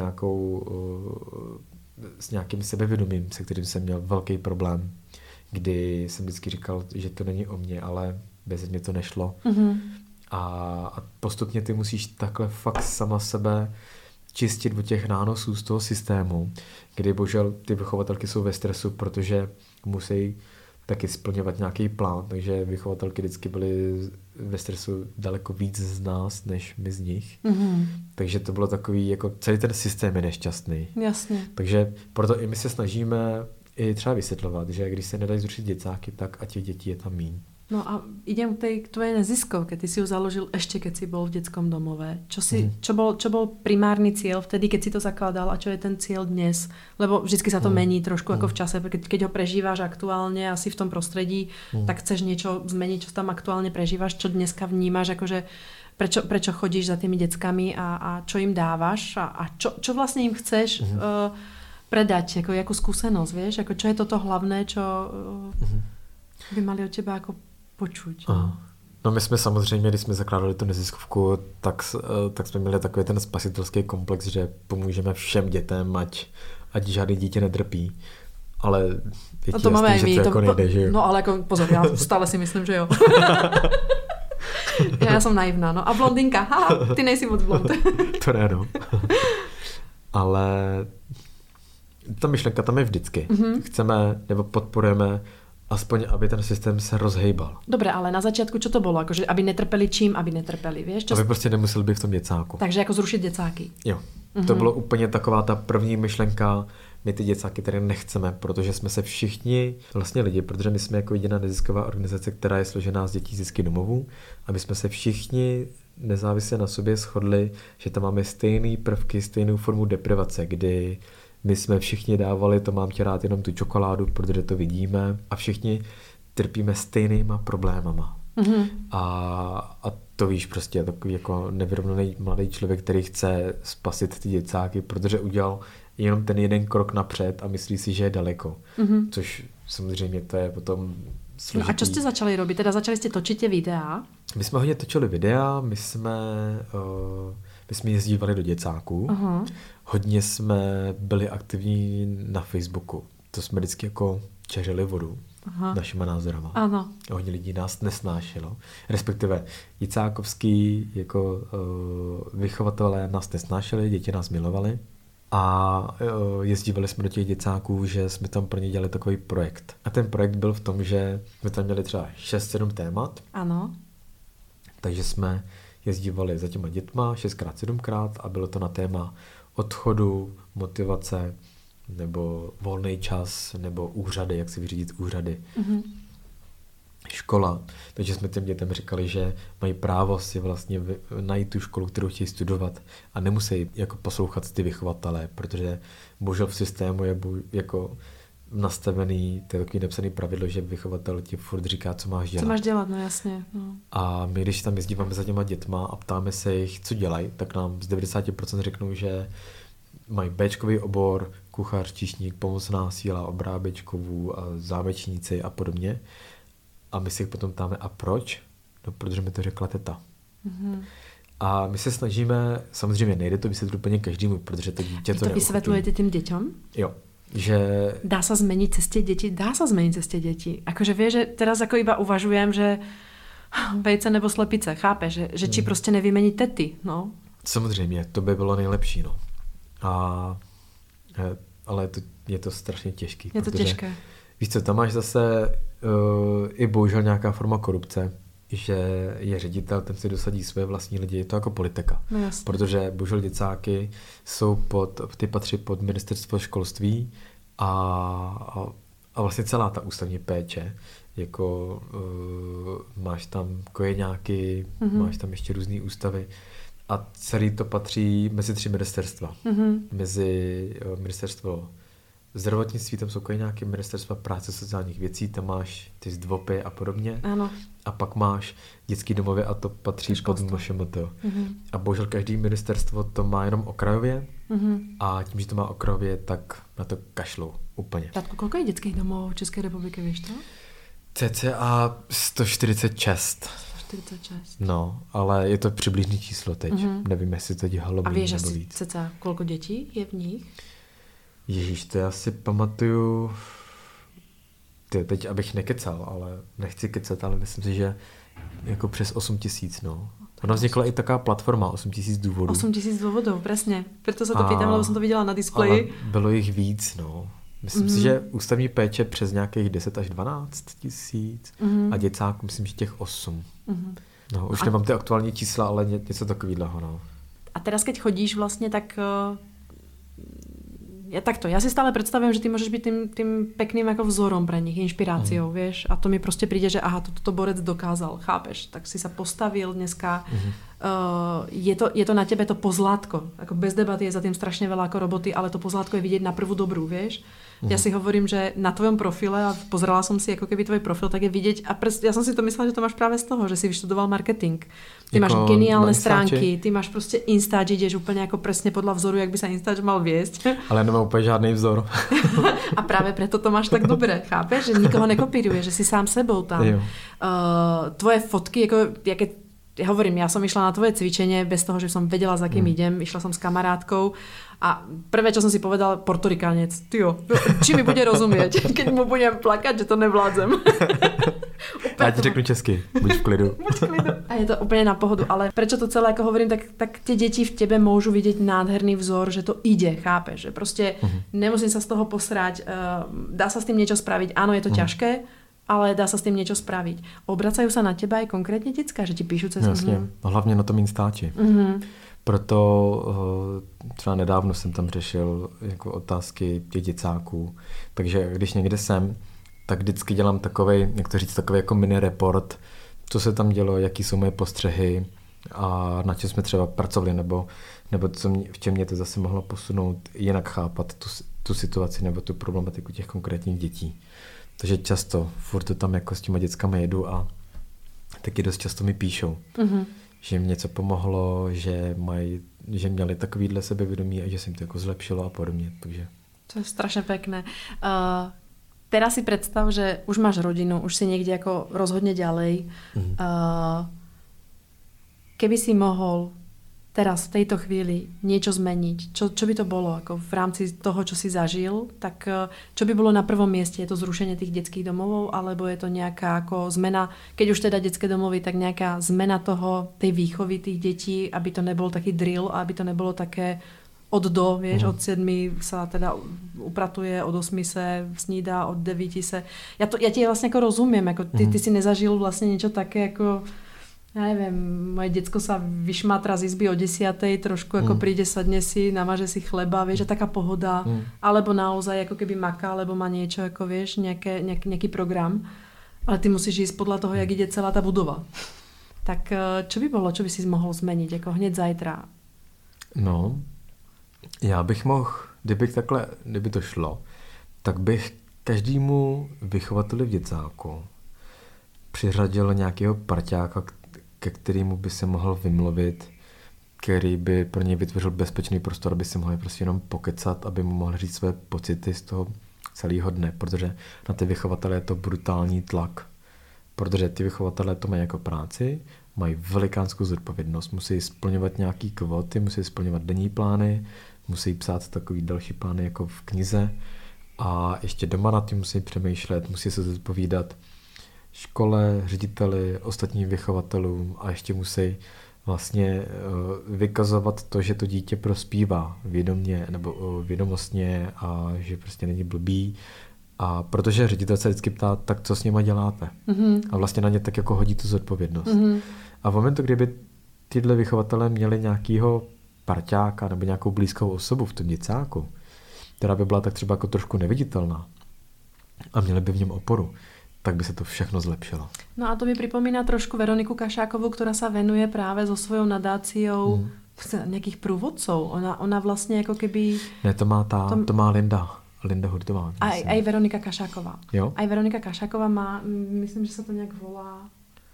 nějakým sebevědomím, se kterým jsem měl velký problém, kdy jsem vždycky říkal, že to není o mně, ale bez mě to nešlo. A postupně ty musíš takhle fakt sama sebe čistit od těch nánosů z toho systému, kdy bohužel ty vychovatelky jsou ve stresu, protože musí taky splňovat nějaký plán, takže vychovatelky vždycky byly ve stresu daleko víc z nás, než my z nich. Takže to bylo takový, jako celý ten systém je nešťastný. Jasně. Takže proto i my se snažíme i třeba vysvětlovat, že když se nedají zrušit děcáky, tak a těch dětí je tam míň. No a idem k tvojej neziskovke. Ty si ju založil ešte, keď si bol v detskom domove. Čo bol primárny cieľ vtedy, keď si to zakladal a čo je ten cieľ dnes? Lebo vždycky sa to mení trošku ako v čase. Keď ho prežíváš aktuálne asi v tom prostredí, tak chceš niečo zmeniť, čo tam aktuálne prežívaš, čo dneska vnímaš, akože prečo chodíš za tými deckami a čo im dávaš a čo vlastne im chceš predať, ako jakú skúsenosť, vieš? Ako čo je toto hlavné, čo by mali od teba ako počuť. No my jsme samozřejmě, když jsme zakládali tu neziskovku, tak jsme měli takový ten spasitelský komplex, že pomůžeme všem dětem, ať žádný dítě nedrpí. Ale je to máme jasný, že to jako nejde, že jo? No ale jako pozor, já stále si myslím, že jo. Já jsem naivná, no. A blondýnka, haha, ty nejsi moc blond. To ne, no. Ale ta myšlenka tam je vždycky. Chceme, nebo podporujeme aspoň, aby ten systém se rozhejbal. Dobre, ale na začiatku čo to bolo? Akože, aby netrpeli čím, aby netrpeli, vieš? Aby prostě nemuseli být v tom děcáku. Takže jako zrušit děcáky. Jo. To bylo úplně taková ta první myšlenka, my ty děcáky tady nechceme, protože jsme se všichni, vlastně lidi, protože my jsme jako jediná nezisková organizace, která je složená z dětí z dětských domovů, aby jsme se všichni nezávisle na sobě shodli, že tam máme stejné prvky, stejnou formu deprivace, kdy my jsme všichni dávali, to mám tě rád, jenom tu čokoládu, protože to vidíme a všichni trpíme stejnýma problémama. A to víš, prostě takový jako nevyrovnaný mladý člověk, který chce spasit ty děcáky, protože udělal jenom ten jeden krok napřed a myslí si, že je daleko. Což samozřejmě to je potom složitý. No a čo ste začali robiť? Teda začali ste točiť tie videá? My jsme hodně točili videa, my jsme jezdívali do děcáků. Hodně jsme byli aktivní na Facebooku. To jsme vždycky jako čeřili vodu našima názorama. Ano. Hodně lidí nás nesnášelo. Respektive děcákovský jako vychovatelé nás nesnášeli, děti nás milovali. A jezdívali jsme do těch děcáků, že jsme tam pro ně dělali takový projekt. A ten projekt byl v tom, že jsme tam měli třeba 6-7 témat. Ano. Takže jsme jezdívali za těma dětma 6x7x a bylo to na téma odchodu, motivace, nebo volný čas, nebo úřady, jak si vyřídit úřady. Škola. Takže jsme těm dětem říkali, že mají právo si vlastně najít tu školu, kterou chtějí studovat a nemusí jako poslouchat ty vychovatelé, protože bohužel v systému je jako nastavený, to je takový nepsaný pravidlo, že vychovatel ti furt říká, co máš dělat. Co máš dělat, no jasně. No. A my, když tam jezdíváme za těma dětma a ptáme se jich, co dělají, tak nám z 90% řeknou, že mají Bčkový obor, kuchař, číšník, pomocná síla, obráběčkovou a zámečníci a podobně. A my si jich potom ptáme, a proč? No, protože mi to řekla teta. A my se snažíme, samozřejmě nejde to vysvětlit úplně každému, protože to dítě to vysvětlujete tým děťom? Jo. Že... Dá sa zmeniť ceste deti? Dá sa zmeniť ceste deti. Akože vieš, že teraz ako iba uvažujem, že vejce nebo slepice, chápeš? Že či prostě nevymení tety, no. Samozřejmě, to by bylo nejlepší, no. Ale je to strašně těžký. Je to těžké. Víš co, tam máš zase i bohužel nějaká forma korupce, že je ředitel, ten si dosadí své vlastní lidi, je to jako politika. No protože bohužel děcáky ty patří pod ministerstvo školství a vlastně celá ta ústavní péče, jako máš tam kojeňáky, máš tam ještě různý ústavy a celý to patří mezi 3 ministerstva. Mezi ministerstvo zdravotnictví, tam jsou nějaké ministerstva práce sociálních věcí, tam máš ty zdvopy a podobně. Ano. A pak máš dětský domovy a to patří pod MŠMT. A bohužel každý ministerstvo to má jenom okrajově a tím, že to má okrajově, tak na to kašlou úplně. Tátko, kolik je dětských domovů v České republice, víš to? cca 146. 146. No, ale je to přibližné číslo teď. Nevím, jestli to dělalo méně nebo víc. A víš cca kolik dětí je v nich? Ježíš, to já si pamatuju, teď abych nekecal, ale nechci kecat, ale myslím si, že jako přes 8 000, no. Ona vznikla i taková platforma 8 000 důvodů. 8 000 důvodů, přesně. Proto se to pýtám, lebo jsem to viděla na displeji. Ale bylo jich víc, no. Myslím si, že ústavní péče přes nějakých 10 až 12 tisíc a děcáků myslím, že těch 8. No, už nemám ty aktuální čísla, ale něco takového, no. A teraz, keď chodíš vlastně, tak Ja si stále predstavujem, že ty môžeš byť tým pekným ako vzorom pre nich, inšpiráciou, vieš. A to mi proste príde, že aha, toto borec dokázal, chápeš? Tak si sa postavil dneska. Je to na tebe to pozlátko. Ako bez debaty je za tým strašne veľa ako roboty, ale to pozlátko je vidieť na prvú dobrú, vieš. Ja si hovorím, že na tvojom profile, a pozrela som si ako keby tvoj profil, tak je vidieť, a ja som si to myslela, že to máš práve z toho, že si vyštudoval marketing. Ty máš geniálne stránky, ty máš proste Instač, ideš úplne ako presne podľa vzoru, jak by sa Instač mal viesť. Ale nemám úplne žádný vzor. A práve preto to máš tak dobre, chápeš? Že nikoho nekopíruje, že si sám sebou tam. Tvoje fotky, ako, ja hovorím, ja som išla na tvoje cvičenie bez toho, že som vedela, za kým idem. Išla som s kamarátkou a prvé, čo som si povedala, Portorikánec. Tyjo, či mi bude rozumieť, keď mu budem plakať, že to nevládzem. Já ti řeknu česky, buď v klidu. A je to úplně na pohodu, ale prečo to celé, ako hovorím, tak tie deti v tebe môžu vidieť nádherný vzor, že to ide, chápeš, že proste nemusím sa z toho posrať, dá sa s tým niečo spraviť, áno, je to ťažké, ale dá sa s tým niečo spraviť. Obracajú sa na teba aj konkrétne decka, že ti píšu cez... Jasně, hlavně na tom Instači. Proto třeba nedávno jsem tam řešil jako otázky těch děcáků, takže když někde jsem, tak vždycky dělám takovej, jak to říct, takový jako mini report, co se tam dělo, jaký jsou moje postřehy a na čem jsme třeba pracovali, nebo v čem mě to zase mohlo posunout, jinak chápat tu situaci nebo tu problematiku těch konkrétních dětí. Takže často furt to tam jako s těma dětskama jedu a taky dost často mi píšou, že jim něco pomohlo, že měli takovýhle sebevědomí a že se jim to jako zlepšilo a podobně. Takže... To je strašně pekné. Teraz si predstav, že už máš rodinu, už si niekde ako rozhodne ďalej. Keby si mohol teraz v tejto chvíli niečo zmeniť, čo by to bolo ako v rámci toho, čo si zažil, tak čo by bolo na prvom mieste? Je to zrušenie tých detských domovov, alebo je to nejaká ako zmena, keď už teda detské domovy, tak nejaká zmena tej výchovy tých detí, aby to nebol taký drill, aby to nebolo také od do, vieš, od 7 sa teda upratuje, od 8 se snídá, od 9 se... Ja ti vlastne ako rozumiem, ako ty si nezažil vlastne niečo také ako, ja neviem, moje decko sa vyšmátra z izby o 10, trošku ako príde, sadne si, namaže si chleba, vieš, a taká pohoda, alebo naozaj ako keby maká, alebo má niečo, ako vieš, nejaký program, ale ty musíš ísť podľa toho, jak ide celá tá budova. Tak čo by bolo, čo by si mohol zmeniť, ako hneď zajtra? No, já bych mohl, kdyby to šlo, tak bych každému vychovateli v děcáku přiřadil nějakého parťáka, ke kterému by se mohl vymluvit, který by pro něj vytvořil bezpečný prostor, aby si mohli prostě jenom pokecat, aby mu mohl říct své pocity z toho celého dne, protože na ty vychovatele je to brutální tlak. Protože ty vychovatelé to mají jako práci, mají velikánskou zodpovědnost, musí splňovat nějaký kvóty, musí splňovat denní plány, musí psát takový další plány jako v knize a ještě doma na tím musí přemýšlet, musí se zodpovídat škole, řediteli, ostatním vychovatelům a ještě musí vlastně vykazovat to, že to dítě prospívá vědomě nebo vědomostně a že prostě není blbý. A protože ředitel se vždycky ptá, tak co s nima děláte? A vlastně na ně tak jako hodí tu zodpovědnost. A v momentu, kdyby tyhle vychovatelé měli nějakýho parťáka nebo nějakou blízkou osobu v tom děcáku, která by byla tak třeba jako trošku neviditelná a měli by v něm oporu, tak by se to všechno zlepšilo. No a to mi pripomína trošku Veroniku Kašákovou, ktorá sa venuje práve so svojou nadáciou nejakých prúvodcov. Ona vlastne ako keby... Ne, to má Linda Hurtová. Aj Veronika Kašáková. Jo? Aj Veronika Kašáková má, myslím, že sa to nejak volá,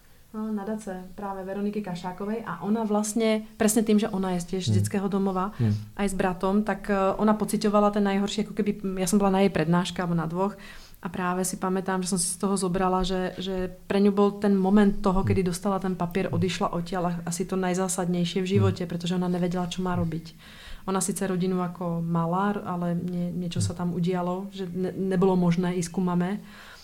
nadace práve Veroniky Kašákovej a ona vlastne, presne tým, že ona je tiež z detského domova, aj s bratom, tak ona pociťovala ten najhorší, ako keby, ja som bola na jej prednáška, alebo na dvoch, a práve si pamätám, že som si z toho zobrala, že pre ňu bol ten moment toho, kedy dostala ten papier, odišla odtiaľ asi to najzásadnejšie v živote, pretože ona nevedela, čo má robiť. Ona síce rodinu ako mala, ale niečo sa tam udialo, že nebolo možné ísť ku mame.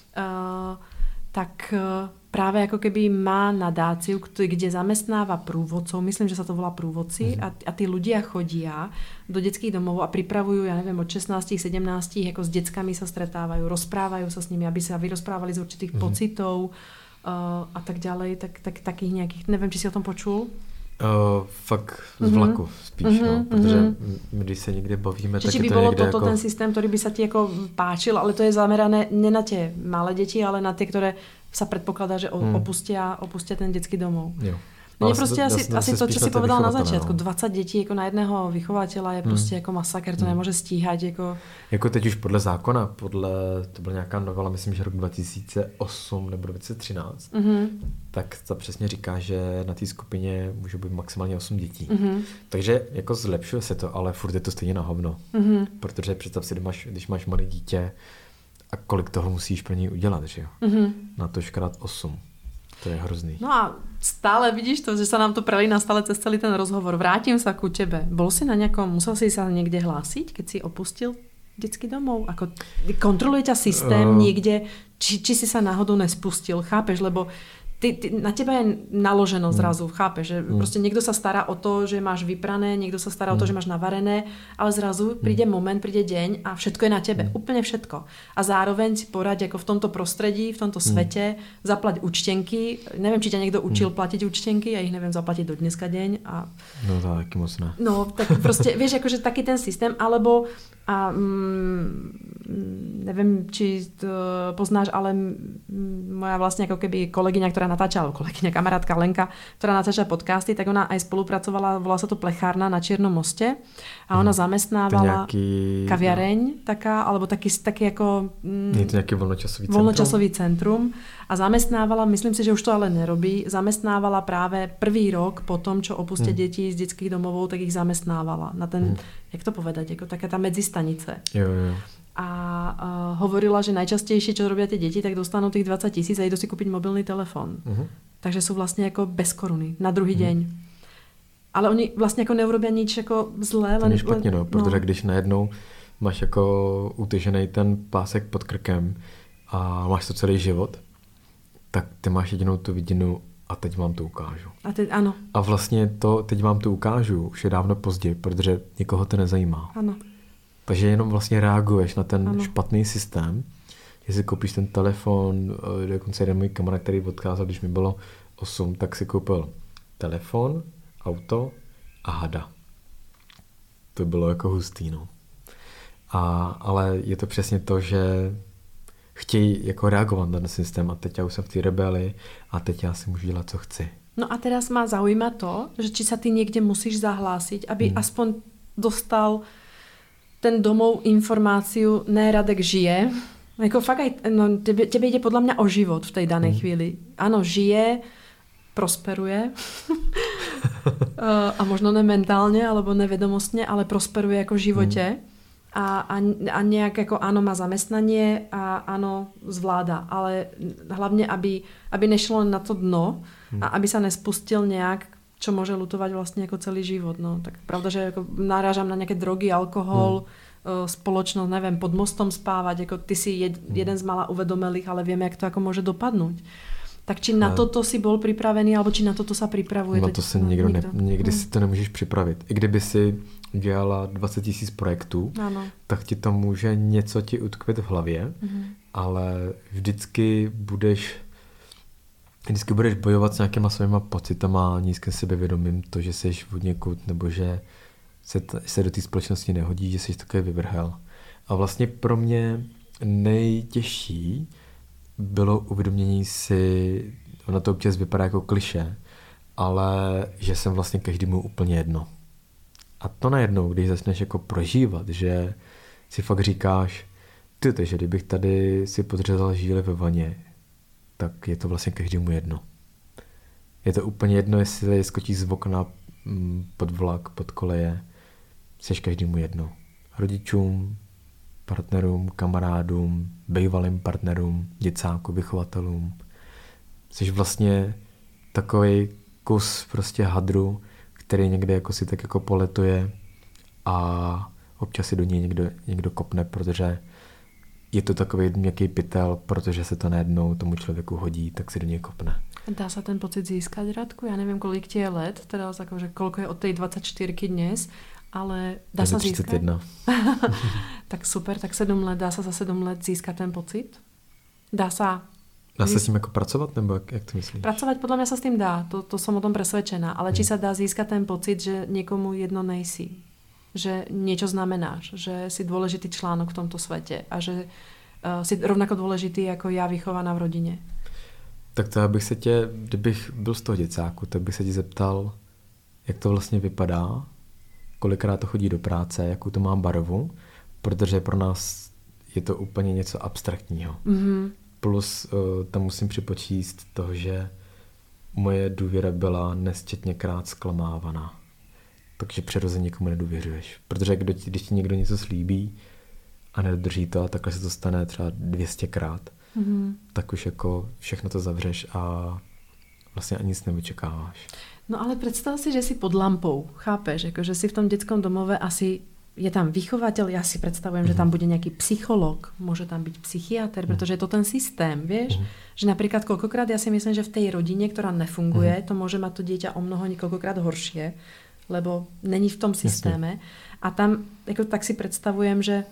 Tak práve ako keby má nadáciu, kde zamestnáva prúvodcov, myslím, že sa to volá prúvodci, a tí ľudia chodia do detských domov a pripravujú, ja neviem, od 16, 17, ako s deckami sa stretávajú, rozprávajú sa s nimi, aby sa vyrozprávali z určitých pocitov a tak ďalej, takých nejakých, neviem, či si o tom počul? Fakt z vlaku spíš, no, protože my, když se někde bavíme, tak je to by bolo toto jako... ten systém, ktorý by sa ti jako páčil, ale to je zamerané ne na tie malé deti, ale na tie, ktoré sa predpokladá, že opustia ten detský domov. Jo. Mně prostě asi to, co si povedal na začátku, 20 dětí jako na jedného vychovatela je prostě jako masakr, to nemůže stíhat. Jako teď už podle zákona, to byla nějaká novela, myslím, že rok 2008 nebo 2013, tak to přesně říká, že na té skupině může být maximálně 8 dětí. Takže jako zlepšuje se to, ale furt je to stejně na hovno. Protože představ si, když máš malé dítě a kolik toho musíš pro něj udělat, že jo? Na to krát 8. To je hrozný. No a stále vidíš to, že sa nám to prelína stále cez celý ten rozhovor. Vrátim sa ku tebe. Musel si sa niekde hlásiť, keď si opustil detský domov? Ako kontroluje ťa systém niekde, či si sa náhodou nespustil? Chápeš, lebo na teba je naloženo zrazu, chápeš, že proste niekto sa stará o to, že máš vyprané, niekto sa stará o to, že máš navarené, ale zrazu príde moment, príde deň a všetko je na tebe, úplne všetko. A zároveň si poraď ako v tomto prostredí, v tomto svete, zaplať účtenky. Neviem, či ťa niekto učil platiť účtenky, ja ich neviem zaplatiť do dneska deň. No to taky moc ne. No, tak proste, vieš, akože taký ten systém, alebo neviem, či to poznáš, ale moja vlastne ako keby kolegyňa, ktorá natáčala, kamarátka Lenka, ktorá natáča podcasty, tak ona aj spolupracovala, volá sa to Plechárna na Čiernom moste a ona zamestnávala kaviareň taká, alebo taký ako... Je to nejaký voľnočasový centrum a zamestnávala, myslím si, že už to ale nerobí, zamestnávala práve prvý rok po tom, čo opustia deti z detských domovov, tak ich zamestnávala na ten, jak to povedať, ako taká tá medzistanice. Jo. A hovorila, že najčastejšie, čo robia tie deti, tak dostanú tých 20 000 a idú si kúpiť mobilný telefon. Takže sú vlastne ako bez koruny na druhý deň. Ale oni vlastně jako neurobí nič jako zlé. To je špatně, no, protože když najednou máš jako utěžený ten pásek pod krkem a máš to celý život, tak ty máš jedinou tu vidinu a teď vám to ukážu. Ano. A vlastně to teď vám to ukážu už je dávno pozdě, protože nikoho to nezajímá. Ano. Takže jenom vlastně reaguješ na ten špatný systém. Jestli koupíš ten telefon, dokonce jeden můj kamarád, který odkázal, když mi bylo 8, tak si koupil telefon, auto a hada. To bylo jako hustý, no. Ale je to přesně to, že chtějí jako reagovat na ten systém a teď já už jsem v té rebeli a teď já si můžu dělat, co chci. No a teraz má zaujíma to, že či sa ty niekde musíš zahlásiť, aby aspoň dostal ten domov informáciu, ne, Radek žije. Jako fakt aj, no, tebe ide podľa mňa o život v tej danej chvíli. Áno, žije, prosperuje a možno ne mentálne alebo nevedomostne, ale prosperuje jako v živote a nejak jako áno má zamestnanie a áno zvláda, ale hlavne aby nešlo na to dno a aby sa nespustil nejak, čo môže lutovať vlastne jako celý život. No. Tak pravda, že jako narážam na nejaké drogy, alkohol, spoločnosť, neviem, pod mostom spávať, jako ty si jeden z mála uvedomelých, ale vieme, jak to jako môže dopadnúť. Tak či na toto si bol pripravený, alebo či na toto sa pripravuje? Na to se někdy si to nemůžeš připravit. I kdyby si dělala 20 000 projektů, tak ti to může něco ti utkvět v hlavě, ale vždycky budeš bojovat s nějakýma svýma pocitama, nízkým sebevědomím, to, že jsi od někud, nebo že se do té společnosti nehodí, že jsi takový vyvrhel. A vlastně pro mě nejtěžší bylo uvědomění si, ono to občas vypadá jako klišé, ale že jsem vlastně každému úplně jedno. A to najednou, když začneš jako prožívat, že si fakt říkáš, že kdybych tady si podřezal žíly ve vaně, tak je to vlastně každému jedno. Je to úplně jedno, jestli skočíš z okna pod vlak, pod koleje, jsi každému jedno. Rodičům, partnerům, kamarádům, bývalým partnerům, děcákům, vychovatelům. Jsi vlastně takový kus prostě hadru, který někde jako si tak jako poletuje a občas si do něj někdo kopne, protože je to takový měkký pytel, protože se to najednou tomu člověku hodí, tak si do něj kopne. Dá sa ten pocit získať, Radku? Ja neviem, kolik ti je let, teda akože koľko je od tej 24 dnes, ale dá sa získať? 31. Tak super, tak 7 let, dá sa za 7 let získať ten pocit? Dá sa Dá sa s tým ako pracovať, nebo jak to myslíš? Pracovať podľa mňa sa s tým dá, to som o tom presvedčená, ale či sa dá získať ten pocit, že niekomu jedno nejsi, že niečo znamenáš, že si dôležitý článok v tomto svete a že si rovnako dôležitý ako ja vychovaná v rodine. Tak to já bych se tě, kdybych byl z toho děcáku, tak bych se tě zeptal, jak to vlastně vypadá, kolikrát to chodí do práce, jakou to má barvu, protože pro nás je to úplně něco abstraktního. Mm-hmm. Plus tam musím připočíst toho, že moje důvěra byla nesčetněkrát zklamávaná. Takže přirozeně nikomu nedůvěřuješ. Protože když ti někdo něco slíbí a nedodrží to a takhle se to stane třeba 200krát, tak už jako všechno to zavřeš a vlastně ani nic neočekáváš. No ale predstav si, že si pod lampou, chápeš? Jako, že si v tom detskom domove asi je tam vychovateľ, ja si predstavujem, že tam bude nejaký psycholog, môže tam byť psychiatr, pretože je to ten systém, vieš? Že napríklad koľkokrát ja si myslím, že v tej rodine, ktorá nefunguje, to môže mať to dieťa o mnoho niekoľkokrát horšie, lebo není v tom systéme. A tam jako, tak si predstavujem, že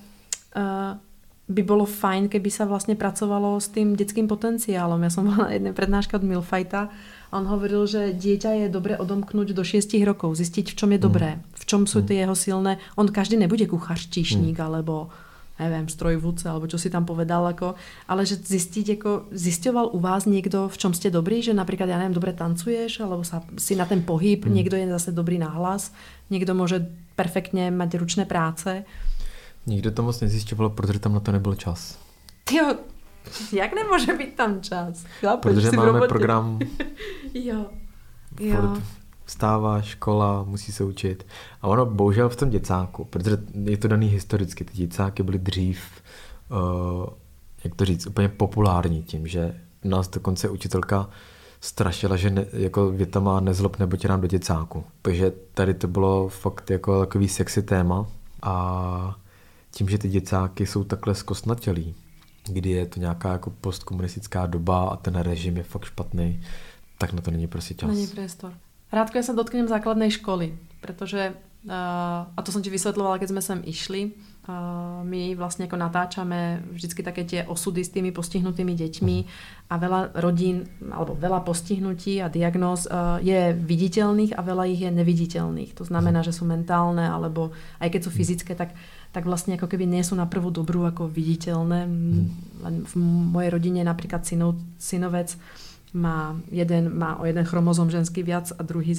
by bolo fajn, keby sa vlastne pracovalo s tým detským potenciálom. Ja som bola na jednej prednáške od Milfajta a on hovoril, že dieťa je dobre odomknúť do 6 rokov, zistiť, v čom je dobré, v čom sú tie jeho silné. On každý nebude kuchař, číšník alebo neviem, strojvúdce, alebo čo si tam povedal, ako, ale že zistiť, ako, zisťoval u vás niekto, v čom ste dobrí, že napríklad, ja neviem, dobre tancuješ, alebo si na ten pohyb, niekto je zase dobrý na hlas, niekto môže perfektne mať ručné práce. Nikdo to moc nezjišťoval, protože tam na to nebyl čas. Tyjo, jak nemůže být tam čas? Chápeš, protože máme program. Jo. Vstává, škola, musí se učit. A ono bohužel v tom děcáku, protože je to daný historicky, ty děcáky byly dřív, jak to říct, úplně populární tím, že nás dokonce učitelka strašila, že jako větama nezlob nebo tě dám do děcáku. Takže tady to bylo fakt jako takový sexy téma a tím, že ty děcáky jsou takhle zkostnatělí, kdy je to nějaká jako postkomunistická doba a ten režim je fakt špatný, tak na to není prostě čas. Není priestor. Rádko, ja sa dotknem základnej školy, pretože, a to som ti vysvetľovala, keď sme sem išli, my vlastne ako natáčame vždycky také tie osudy s tými postihnutými deťmi a veľa rodín, alebo veľa postihnutí a diagnóz je viditeľných a veľa ich je neviditeľných. To znamená, že sú mentálne, alebo aj keď sú fyzické, tak vlastne ako keby nie sú na prvú dobrú ako viditeľné. V mojej rodine napríklad synovec má o jeden chromozom ženský viac a druhý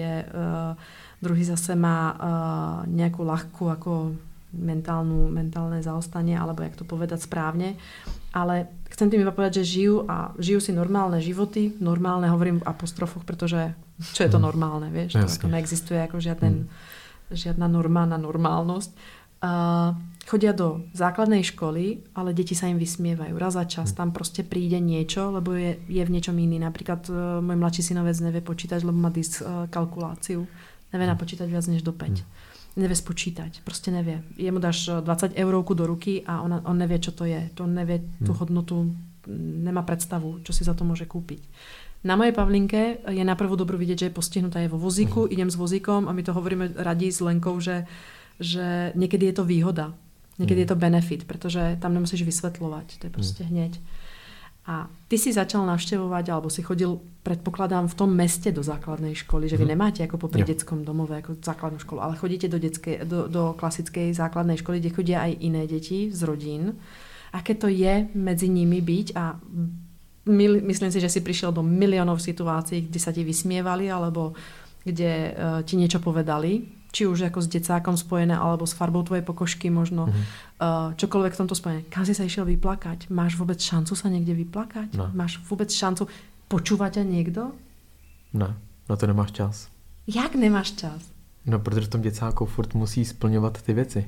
zase má nejakú ľahkú ako mentálne zaostanie, alebo jak to povedať správne. Ale chcem tým iba povedať, že žijú si normálne životy, normálne hovorím v apostrofoch, pretože čo je to normálne, vieš? To ako neexistuje ako žiadna norma na normálnosť. Chodia do základnej školy, ale deti sa im vysmievajú. Raz za čas tam proste príde niečo, lebo je v niečom iný. Napríklad môj mladší synovec nevie počítať, lebo má dyskalkuláciu. Nevie napočítať viac než do 5. Nevie spočítať, proste nevie. Jemu dáš 20 eurovku do ruky a on nevie, čo to je. To nevie tú hodnotu, nemá predstavu, čo si za to môže kúpiť. Na mojej Pavlinke je na prvú dobrú vidieť, že je postihnutá, je vo vozíku, idem s vozíkom a my to hovoríme radi s Lenkou, že niekedy je to výhoda. Niekedy je to benefit, pretože tam nemusíš vysvetľovať. To je proste hneď. A ty si začal navštevovať, alebo si chodil, predpokladám, v tom meste do základnej školy, že vy nemáte ako popri detskom domove ako základnú školu, ale chodíte do klasickej základnej školy, kde chodia aj iné deti z rodín. Aké to je medzi nimi byť a myslím si, že si prišiel do miliónov situácií, kde sa ti vysmievali, alebo kde ti niečo povedali, či už ako s decákom spojené, alebo s farbou tvojej pokožky možno, čokoľvek v tomto spojené. Kam si sa išiel vyplakať? Máš vôbec šancu sa niekde vyplakať? No. Máš vôbec šancu počúvať ťa niekto? Ne, na to nemáš čas. Jak nemáš čas? No, protože v tom děcáku furt musí splňovat ty věci.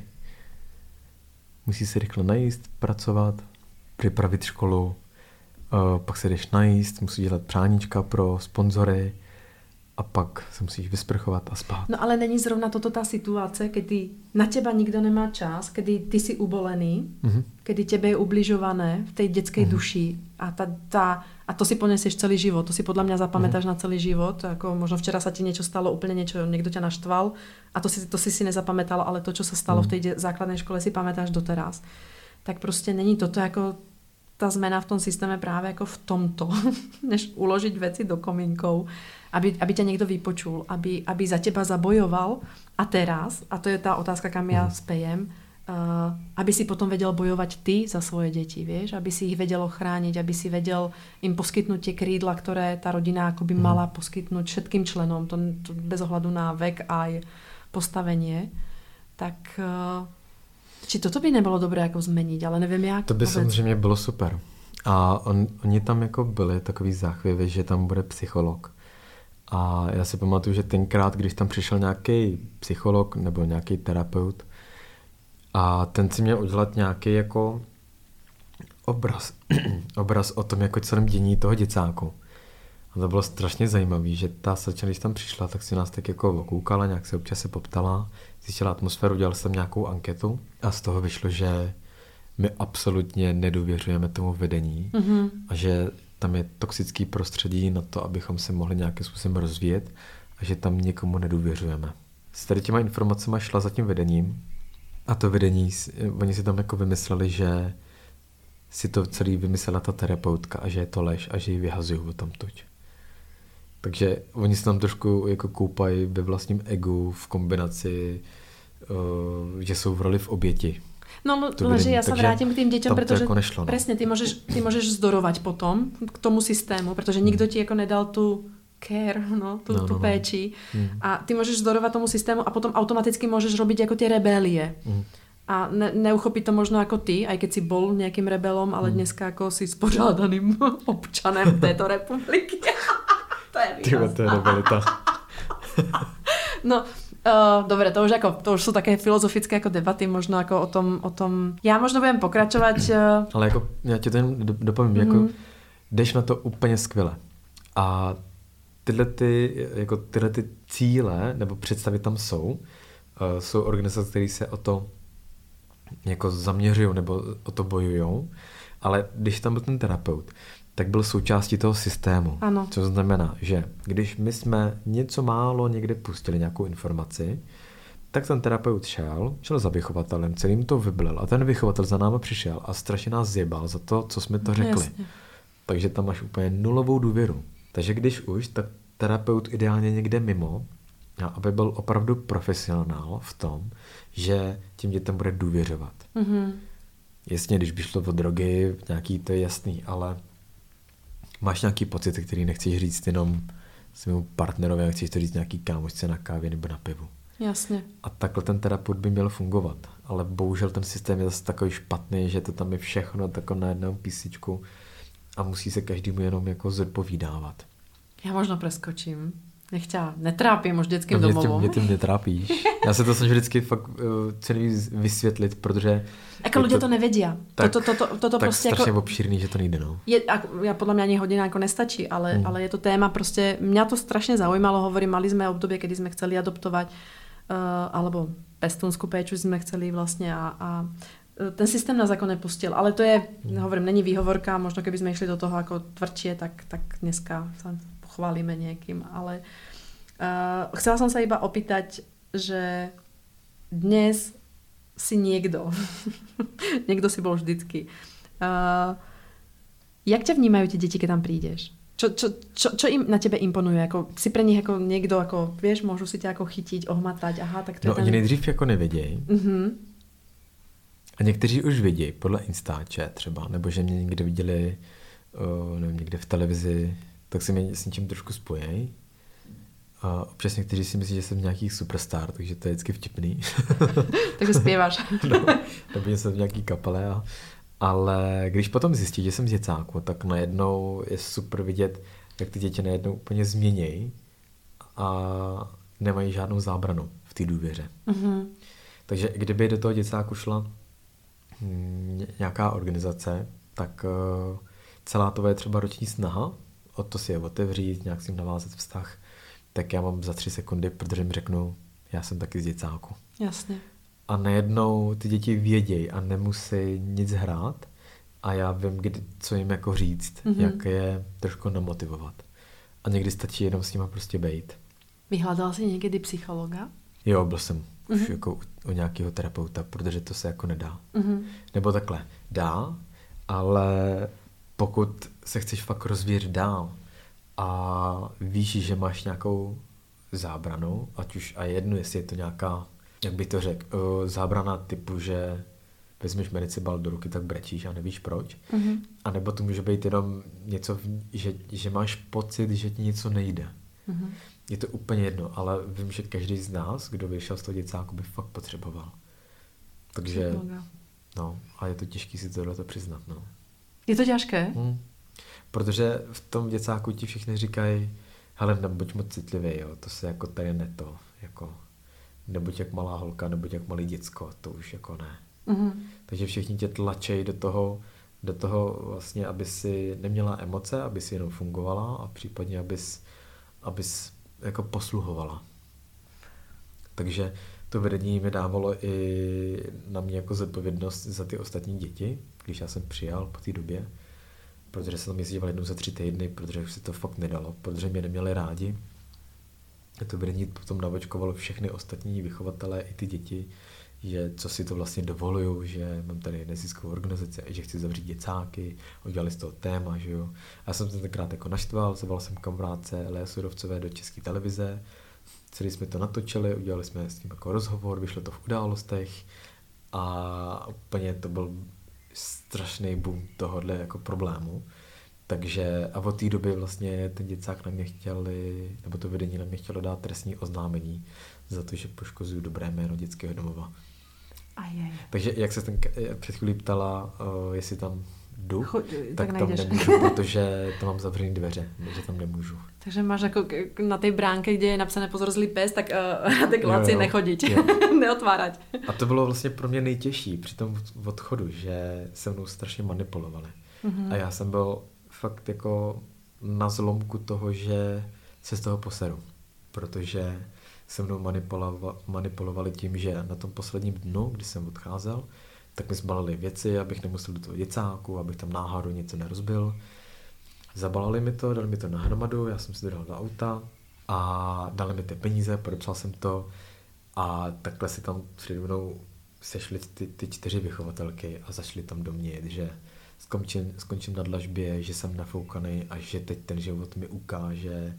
Musí se rychle najíst, pracovat, připravit školu, pak se jdeš najíst, musí dělat přáníčka pro sponzory, a pak sa musíš vysprchovat a spát. No ale není zrovna toto tá situácia, kedy na teba nikto nemá čas, kedy ty si ubolený, kedy tebe je ubližované v tej detskej duši a to si ponesieš celý život, to si podľa mňa zapamätáš na celý život, ako možno včera sa ti niečo stalo, úplne niečo, niekto ťa naštval a to si nezapamätala, ale to, čo sa stalo v tej základnej škole, si pamätáš doteraz. Tak proste není toto ako ta zmena v tom systéme právě jako v tomto, než uložiť veci do komínkov, aby ťa niekto vypočul, aby za teba zabojoval a teraz, a to je tá otázka, kam ja spejem, aby si potom vedel bojovať ty za svoje deti, vieš? Aby si ich vedel ochrániť, aby si vedel im poskytnúť tie krídla, ktoré tá rodina akoby mala poskytnúť všetkým členom, to bez ohľadu na vek aj postavenie. Tak či toto by nebylo dobré jako změnit, ale nevím jak. To by samozřejmě bylo super. A oni tam jako byli takový záchvěvy, že tam bude psycholog. A já si pamatuju, že tenkrát, když tam přišel nějaký psycholog nebo nějaký terapeut a ten si měl udělat nějaký jako obraz o tom jako celém dění toho děcáku. A to bylo strašně zajímavé, že ta slečna, když tam přišla, tak si nás tak jako okoukala, nějak se občas se poptala, zjistila atmosféru, dělala jsem nějakou anketu a z toho vyšlo, že my absolutně nedůvěřujeme tomu vedení a že tam je toxický prostředí na to, abychom se mohli nějakým způsobem rozvíjet a že tam někomu nedůvěřujeme. S tady těma informacemi šla za tím vedením a to vedení, oni si tam jako vymysleli, že si to celý vymyslela ta terapeutka a že je to lež a že ji vyhazují odtamtud. Takže oni se tam trošku jako koupají ve vlastním egu v kombinaci, že jsou v roli v oběti. No, že ja sa vrátim k tým deťom, pretože jako nešlo, no. Presne, ty môžeš zdorovať potom k tomu systému, pretože nikto ti ako nedal tú care, tú péči. A ty môžeš zdorovať tomu systému a potom automaticky môžeš robiť ako tie rebélie. A neuchopiť to možno ako ty, aj keď si bol nejakým rebelom, ale dneska ako si spořádaným občanem této republiky. To je výraz. To je rebelita. No, dobre, to už sú také filozofické jako debaty, možno jako o tom. Já možno budem pokračovat. Ale jako, já ti to jen dopovím, jako jdeš na to úplně skvěle. A tyhle ty cíle nebo představy tam jsou organizace, které se o to jako zaměřují nebo o to bojují, ale když tam byl ten terapeut, tak byl součástí toho systému. Ano. Co znamená, že když my jsme něco málo někde pustili, nějakou informaci, tak ten terapeut šel za vychovatelem, celým to vyblil a ten vychovatel za náma přišel a strašně nás zjebal za to, co jsme to řekli. Jasně. Takže tam máš úplně nulovou důvěru. Takže když už, tak terapeut ideálně někde mimo, aby byl opravdu profesionál v tom, že tím dětem bude důvěřovat. Jasně, když by šlo o drogy, nějaký, to je jasný, ale máš nějaký pocity, který nechceš říct jenom svému partnerovi, ale chceš to říct nějaký kámošce na kávě nebo na pivu. Jasně. A takhle ten terapeut by měl fungovat. Ale bohužel ten systém je zase takový špatný, že to tam je všechno tako na jednom písničku a musí se každému jenom jako zodpovídávat. Já možno preskočím. Nech ťa netrápím už dětským domovom. Mě tím netrápíš. Já se to snažím vždycky fakt celý vysvětlit, protože... Jako ľudia to nevedia. Toto tak prostě strašně jako... obšírný, že to nejde, no. Ja podľa mňa ani hodina jako nestačí, ale je to téma prostě... Mňa to strašně zaujímalo, hovorím, mali sme obdobie, kedy sme chceli adoptovať alebo pestúnsku péču sme chceli vlastne a ten systém nás ako nepustil. Ale to je, hovorím, není výhovorka, možno keby sme išli do toho ako tvrdšie, tak dneska sa pochválime niekým, ale chcela som sa iba opýtať, že dnes si niekto si bol vždycky. Jak ťa vnímajú tie deti, keď tam prídeš? Čo im na tebe imponuje? Jako, si pre nich jako někdo, jako, vieš, môžu si ťa jako chytiť, ohmatať, aha, tak to je ten... Oni nejdřív jako nevědějí. A někteří už vidějí, podle Instače třeba, nebo že mě někde viděli, nevím, někde v televizi, tak se mě s něčím trošku spojejí. A občas někteří si myslí, že jsem nějaký superstar, takže to je vždycky vtipný. Takže zpěváš. Nebo že jsem v nějaký kapele. Ale když potom zjistí, že jsem z děcáku, tak najednou je super vidět, jak ty děti najednou úplně změnějí a nemají žádnou zábranu v té důvěře. Takže kdyby do toho děcáku šla nějaká organizace, tak celá to je třeba roční snaha o to si je otevřít, nějak s ním navázat vztah, tak já mám za 3 sekundy, protože mi řeknu, já jsem taky z děcáku. Jasně. A najednou ty děti vědějí a nemusí nic hrát a já vím, co jim jako říct, jak je trošku namotivovat. A někdy stačí jenom s nima prostě bejt. Vyhledal jsi někdy psychologa? Jo, byl jsem už jako u nějakého terapeuta, protože to se jako nedá. Nebo takhle, dá, Ale pokud se chceš fakt rozvíjet dál a víš, že máš nějakou zábranu, ať už a jedno, jestli je to nějaká, jak bych to řekl, zábrana typu, že vezmeš medicibal do ruky, tak brečíš a nevíš proč. Mm-hmm. A nebo to může být jenom něco, že máš pocit, že ti něco nejde. Mm-hmm. Je to úplně jedno, ale vím, že každý z nás, kdo vyšel z toho děcáku, by fakt potřeboval. Takže, no, a je to těžké si tohleto přiznat, no. Je to těžké? Protože v tom děcáku ti všichni říkají, hele, nebuď moc citlivý, jo, to se jako tady neto, jako, nebuď jak malá holka, nebuď jak malý děcko, to už jako ne. Mm-hmm. Takže všichni tě tlačejí do toho vlastně, aby si neměla emoce, aby si jenom fungovala a případně abys jako posluhovala. Takže to vedení mi dávalo i na mě jako zodpovědnost za ty ostatní děti, když já jsem přijal po té době, protože jsem tam jezdíval jednou za 3 týdny, protože už se to fakt nedalo, protože mě neměli rádi. To vedení potom navočkovalo všechny ostatní vychovatelé i ty děti, že co si to vlastně dovoluju, že mám tady neziskovou organizaci a že chci zavřít děcáky, udělali z toho téma, že jo. A já jsem se tenkrát jako naštval, zavolal jsem kamarádce Lea Surovcové do České televize, celý jsme to natočili, udělali jsme s tím jako rozhovor, vyšlo to v Událostech a úplně to byl strašný boom tohohle jako problému. Takže a od té doby vlastně ten děcák na mě chtěli, nebo to vedení na mě chtělo dát trestní oznámení za to, že poškozuju dobré jméno dětského domova. Takže jak se před chvílí ptala, jestli tam jdu, tak tam nemůžu, protože tam mám zavřený dveře, že tam nemůžu. Takže máš jako na té bránke, kde je napsané pozor zlý pes, tak na té klaci nechodit, neotvárať. A to bylo vlastně pro mě nejtěžší při tom odchodu, že se mnou strašně manipulovali. Mm-hmm. A já jsem byl fakt jako na zlomku toho, že se z toho poseru, protože se mnou manipulovali tím, že na tom posledním dnu, kdy jsem odcházel, tak mi zbalili věci, abych nemusel do toho děcáku, abych tam náhodou něco nerozbil. Zabalali mi to, dali mi to na hromadu, já jsem si to dal do auta a dali mi ty peníze, podepsal jsem to a takhle si tam přede mnou sešly ty 4 vychovatelky a zašli tam do mě, že skončím na dlažbě, že jsem nafoukaný a že teď ten život mi ukáže,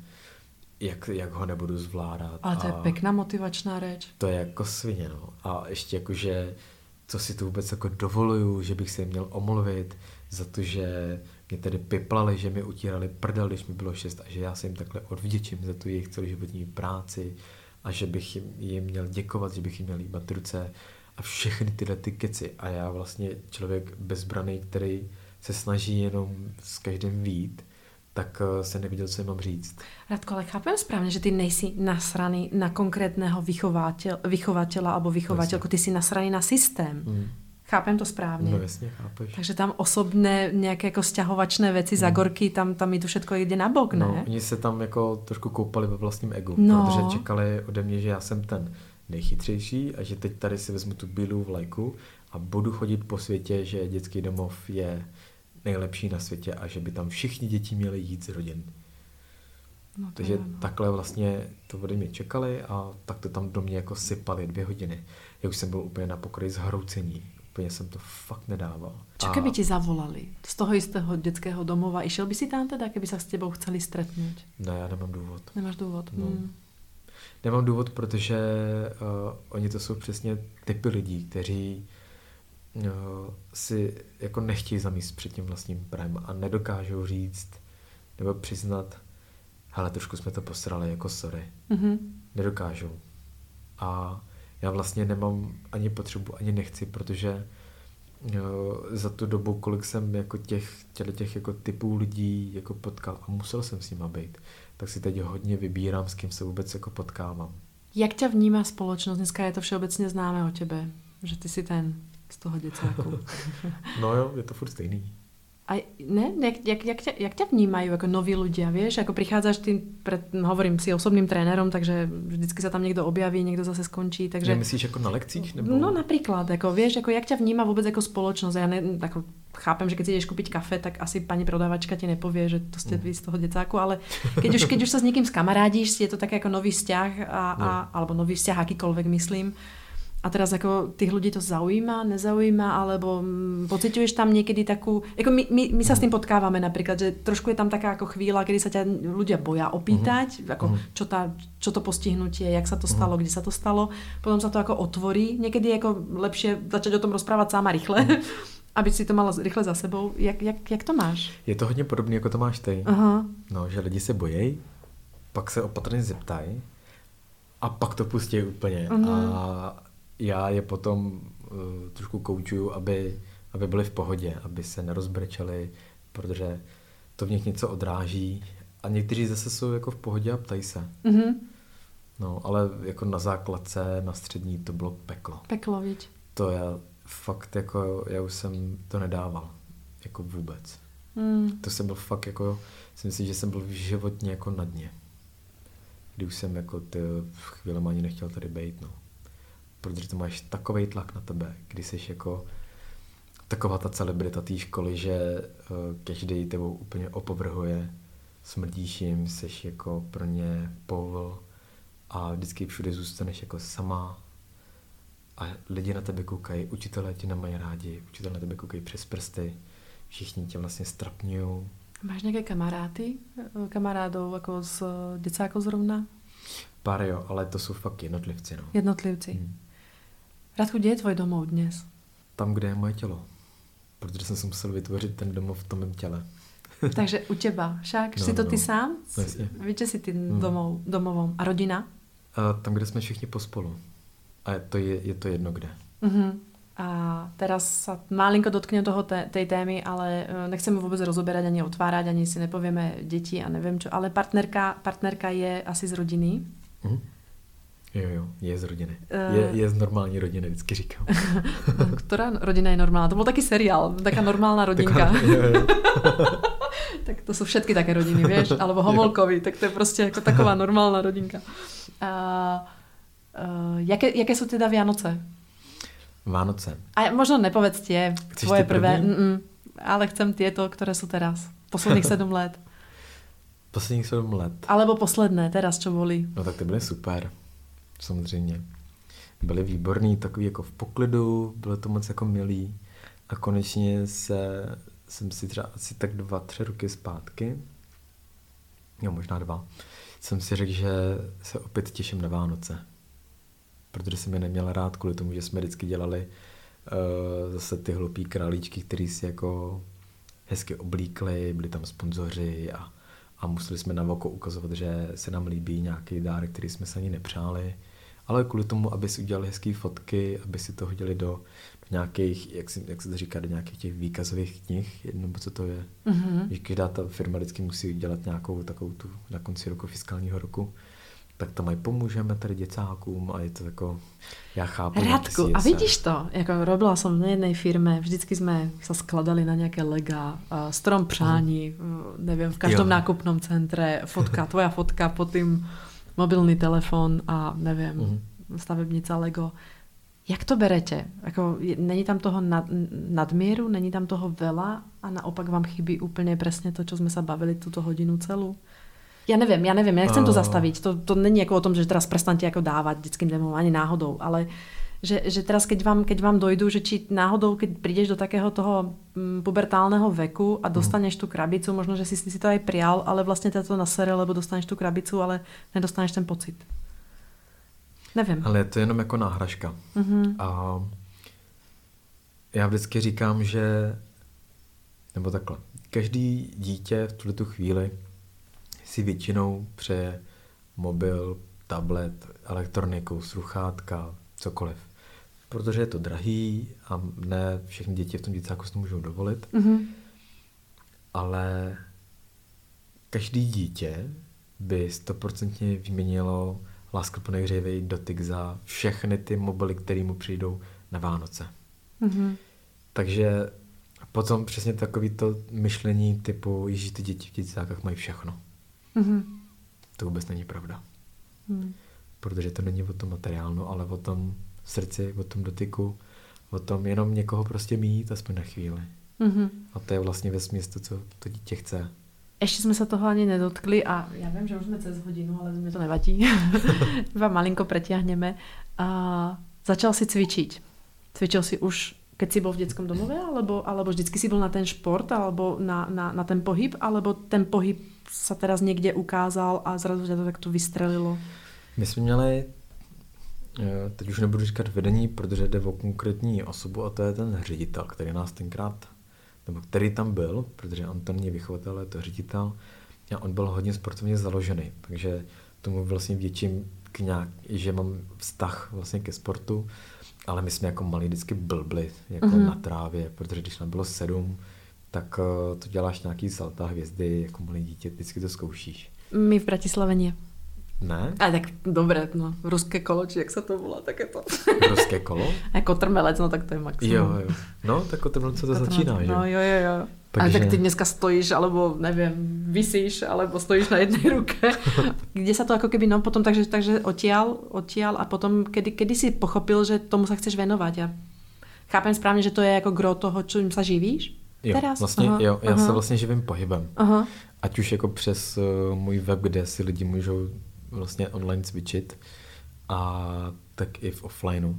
jak ho nebudu zvládat. Ale to je pěkná motivačná řeč. To je jako svině, no. A ještě jakože, co si to vůbec jako dovoluju, že bych se jim měl omluvit za to, že mě tady piplali, že mi utírali prdel, když mi bylo 6 a že já se jim takhle odvděčím za tu jejich celoživotní práci a že bych jim měl děkovat, že bych jim měl líbat ruce a všechny tyhle ty keci. A já vlastně člověk bezbraný, který se snaží jenom s každým vyjít, tak se neviděl, co jim mám říct. Radko, ale chápem správně, že ty nejsi nasraný na konkrétného vychovatela alebo vychovateľku, ty si nasraný na systém. Chápem to správně? No jasně, chápeš. Takže tam osobné nějaké jako sťahovačné věci za gorky, tam mi to všetko jde na bok, ne? No, oni se tam jako trošku koupali ve vlastním egu, no. Protože čekali ode mě, že já jsem ten nejchytřejší a že teď tady si vezmu tu bílou vlajku a budu chodit po světě, že dětský domov je nejlepší na světě a že by tam všichni děti měly jít z rodin. No takže takhle vlastně to ode mě čekali a tak to tam do mě jako sypali 2 hodiny. Já už jsem byl úplně na pokraji zhroucení. Úplně jsem to fakt nedával. Čo keby ti zavolali z toho istého dětského domova? Išel by si tam teda, keby sa s tebou chceli stretnúť? Ne, já nemám důvod. Nemáš důvod? No. Nemám důvod, protože oni to jsou přesně typy lidí, kteří si jako nechtějí zamíst před tím vlastním prajem a nedokážou říct nebo přiznat, hele, trošku jsme to posrali, jako sorry. Mm-hmm. Nedokážou. A já vlastně nemám ani potřebu, ani nechci, protože za tu dobu, kolik jsem jako těch jako typů lidí jako potkal a musel jsem s nima být, tak si teď hodně vybírám, s kým se vůbec jako potkávám. Jak tě vnímá společnost? Dneska je to všeobecně známé o tebe, že ty si ten z toho děcáku. No jo, je to furt stejný. A ne, jak ťa vnímajú ako noví ľudia, vieš? Ako prichádzaš tým, hovorím si osobným trénerom, takže vždycky sa tam niekto objaví, niekto zase skončí. Takže... Nemyslíš ako na lekcích? Nebo... No napríklad, ako, vieš, ako, jak ťa vníma vôbec ako spoločnosť? Ja ako, chápem, že keď si ideš kúpiť kafe, tak asi pani prodavačka ti nepovie, že to ste vy z toho decáku, ale keď už sa s niekým skamarádíš, je to také ako nový vzťah, alebo nový vzťah akýkoľvek, myslím. A A teraz ako tých ľudí to zaujíma, nezaujíma, alebo pociťuješ tam niekedy takú... Ako my sa s tým potkávame napríklad, že trošku je tam taká ako chvíľa, kedy sa ťa ľudia boja opýtať, ako čo to postihnutie, jak sa to stalo, kde sa to stalo. Potom sa to ako otvorí. Niekedy je ako lepšie začať o tom rozprávať sama rýchle, aby si to mala rýchle za sebou. Jak to máš? Je to hodně podobné, jako to máš ty. Aha. No, že lidi se bojí, pak se opatrně zeptají a pak to pustí úplně. A já je potom trošku koučuju, aby byli v pohodě, aby se nerozbrečeli, protože to v nich něco odráží. A někteří zase jsou jako v pohodě a ptají se. No, ale jako na základce, na střední to bylo peklo. Peklo, viď? To je fakt jako, já už jsem to nedával. Jako vůbec. To jsem byl fakt jako, si myslím, že jsem byl životně jako na dně. Kdy už jsem jako v chvíli ani nechtěl tady bejt, no. Protože to máš takovej tlak na tebe, když jsi jako taková ta celebrita té školy, že každý tebou úplně opovrhuje, smrdíš jim, jsi jako pro ně povol a vždycky všude zůstaneš jako sama a lidi na tebe koukají, učitelé tě nemají rádi, učitelé na tebe koukají přes prsty, všichni tě vlastně strapňujou. Máš nějaké kamarádov jako z děcákov zrovna? Pár jo, ale to jsou fakt jednotlivci, no. Jednotlivci. Radku, kde je tvoj domov dnes? Tam, kde je moje tělo. Protože jsem si musel vytvořit ten domov v tom mém těle. Takže u teba však? Si to ty sám? Jasně. Víte si tým domovom. A rodina? Tam, kde jsme všichni pospolu. A je to jedno kde. A teraz sa malinko dotknem tej témy, ale nechceme vôbec rozoberať, ani otvárať, ani si nepovieme deti a neviem čo. Ale partnerka je asi z rodiny? Jo, je z rodiny. Je z normální rodiny, vždycky říkám. Ktorá rodina je normálna? To bol taký seriál, taká normálna rodinka. Tak to sú všetky také rodiny, vieš? Alebo Homolkovi, tak to je prostě jako taková normálna rodinka. Jaké sú teda Vianoce? Vánoce. A možno nepovedz tie tvoje prvé, ale chcem tieto, ktoré sú teraz. Posledných 7 let. Posledních 7 let. Alebo posledné, teraz čo boli. No tak to byly super. Samozřejmě. Byly výborný, takový jako v poklidu, bylo to moc jako milý. A konečně jsem si třeba asi tak 2-3 roky zpátky, možná 2, jsem si řekl, že se opět těším na Vánoce. Protože jsem je neměla rád kvůli tomu, že jsme vždycky dělali zase ty hloupý králíčky, který si jako hezky oblíkli, byli tam sponzoři a museli jsme na oko ukazovat, že se nám líbí nějaký dárek, který jsme se ani nepřáli. Ale kvůli tomu, aby si udělali hezké fotky, aby si to hodili do nějakých, jak se to říká, do nějakých těch výkazových knih, nebo co to je. Že každá ta firma vždycky musí udělat nějakou takovou tu na konci roku, fiskálního roku. Tak to mají, pomůžeme tady děcákům a je to jako, já chápu. Radku, a vidíš to, jako robila som v jednej firme, vždycky sme sa skladali na nejaké lega, strom přání, neviem, v každom nákupnom centre, tvoja fotka, pod tým mobilný telefon a neviem, stavebnica Lego. Jak to berete? Jako, není tam toho nadmieru, není tam toho veľa a naopak vám chybí úplne presne to, čo sme sa bavili túto hodinu celú? Ja neviem, ja nechcem to zastaviť. To není jako o tom, že teraz prestante jako dávať detským domom, ani náhodou, ale že teraz, keď vám dojdu, že či náhodou, keď prídeš do takého toho pubertálneho veku a dostaneš tú krabicu, možno, že si to aj prial, ale vlastne ťa to nasere, lebo dostaneš tú krabicu, ale nedostaneš ten pocit. Nevím. Ale je to jenom jako náhražka. A já vždycky říkám, že nebo takhle, každý dítě v tuto chvíli si většinou přeje mobil, tablet, elektroniku, sluchátka, cokoliv. Protože je to drahý a ne všechny děti v tom děcáku si to můžou dovolit. Ale každý dítě by 100% vyměnilo láskyplný hřejivý dotyk za všechny ty mobily, které mu přijdou na Vánoce. Takže potom přesně takový to myšlení typu, ježí, ty děti v děcákách mají všechno. To vůbec není pravda. Protože to není o tom materiálno, ale o tom srdci, o tom dotyku, o tom jenom někoho prostě mít aspoň na chvíli. A to je vlastně vesměs to, co to dítě chce. Ešte sme sa toho ani nedotkli a ja viem, že už sme cez hodinu, ale mne to nevadí. Iba malinko pretiahneme. Začal si cvičiť. Cvičil si už, keď si bol v detskom domove, alebo vždycky si bol na ten šport, alebo na ten pohyb, alebo ten pohyb sa teraz niekde ukázal a zrazu ťa to takto vystrelilo? My jsme měli, teď už nebudu říkat vedení, protože jde o konkrétní osobu a to je ten ředitel, který nás tenkrát, nebo který tam byl, protože on tam není vychovatel, je to ředitel a on byl hodně sportovně založený, takže tomu vlastně vděčím že mám vztah vlastně ke sportu, ale my jsme jako malí vždycky blbli jako na trávě, protože když nám bylo 7, tak to děláš nějaký salta hvězdy, jako malý dítě, vždycky to zkoušíš. My v Bratislave nie. Ne? A tak dobre, no, ruské kolo, či jak sa to volá, takéto. Ruské kolo? Jako trmelec, no tak to je maximum. Jo. No, tak kotrmelce to začíná, že? No, jo. Takže... Ale tak ty dneska stojíš, alebo neviem, visíš, alebo stojíš na jednej ruke. Kde sa to ako keby, no potom, takže odtiaľ a potom, kedy si pochopil, že tomu sa chceš venovať? Ja chápem správne, že to je jako gro toho, čím sa živíš? Jo, teraz? Vlastně, jo, já se vlastně živím pohybem. Aha. Ať už jako přes můj web, kde si lidi můžou vlastně online cvičit, a tak i v offlineu.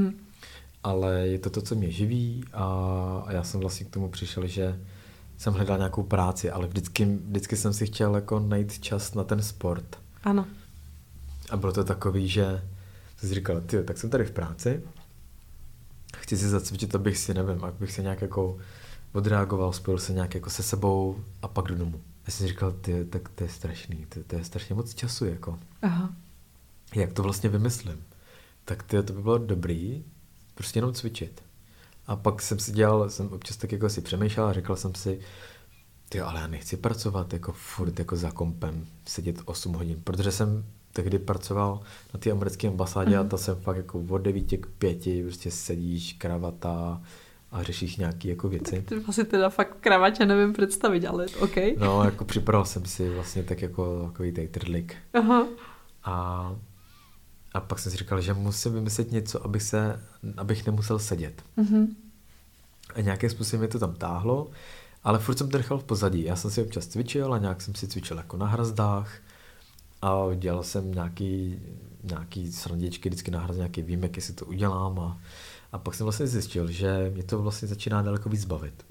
Ale je to, co mě živí a já jsem vlastně k tomu přišel, že jsem hledal nějakou práci, ale vždycky jsem si chtěl jako najít čas na ten sport. Ano. A bylo to takový, že jsem si říkal, tak jsem tady v práci, chci si zacvičit, abych se nějak jako odreagoval, spojil se nějak jako se sebou a pak do domu. Já jsem si říkal, tak to je strašný, to je strašně moc času, jako. Aha. Jak to vlastně vymyslím? Tak to by bylo dobrý, prostě jenom cvičit. A pak jsem občas tak jako si přemýšlel a říkal jsem si, ale já nechci pracovat jako furt jako za kompem, sedět 8 hodin, protože jsem tehdy pracoval na té americké ambasádě a to jsem fakt jako od 9 k 5, prostě sedíš, kravata a řešíš nějaký jako věci. Ty asi teda fakt kravače nevím představit, ale OK. No, jako připravil jsem si vlastně tak jako takový tejtrlik. Aha. A pak jsem si říkal, že musím vymyslet něco, abych nemusel sedět. A nějakým způsobem mě to tam táhlo, ale furt jsem to nechal v pozadí. Já jsem si občas cvičil a nějak jsem si cvičil jako na hrazdách a dělal jsem nějaký srandičky, vždycky na hrazdě nějaký výjimek, jestli to udělám a pak jsem vlastně zjistil, že mě to vlastně začíná daleko víc bavit.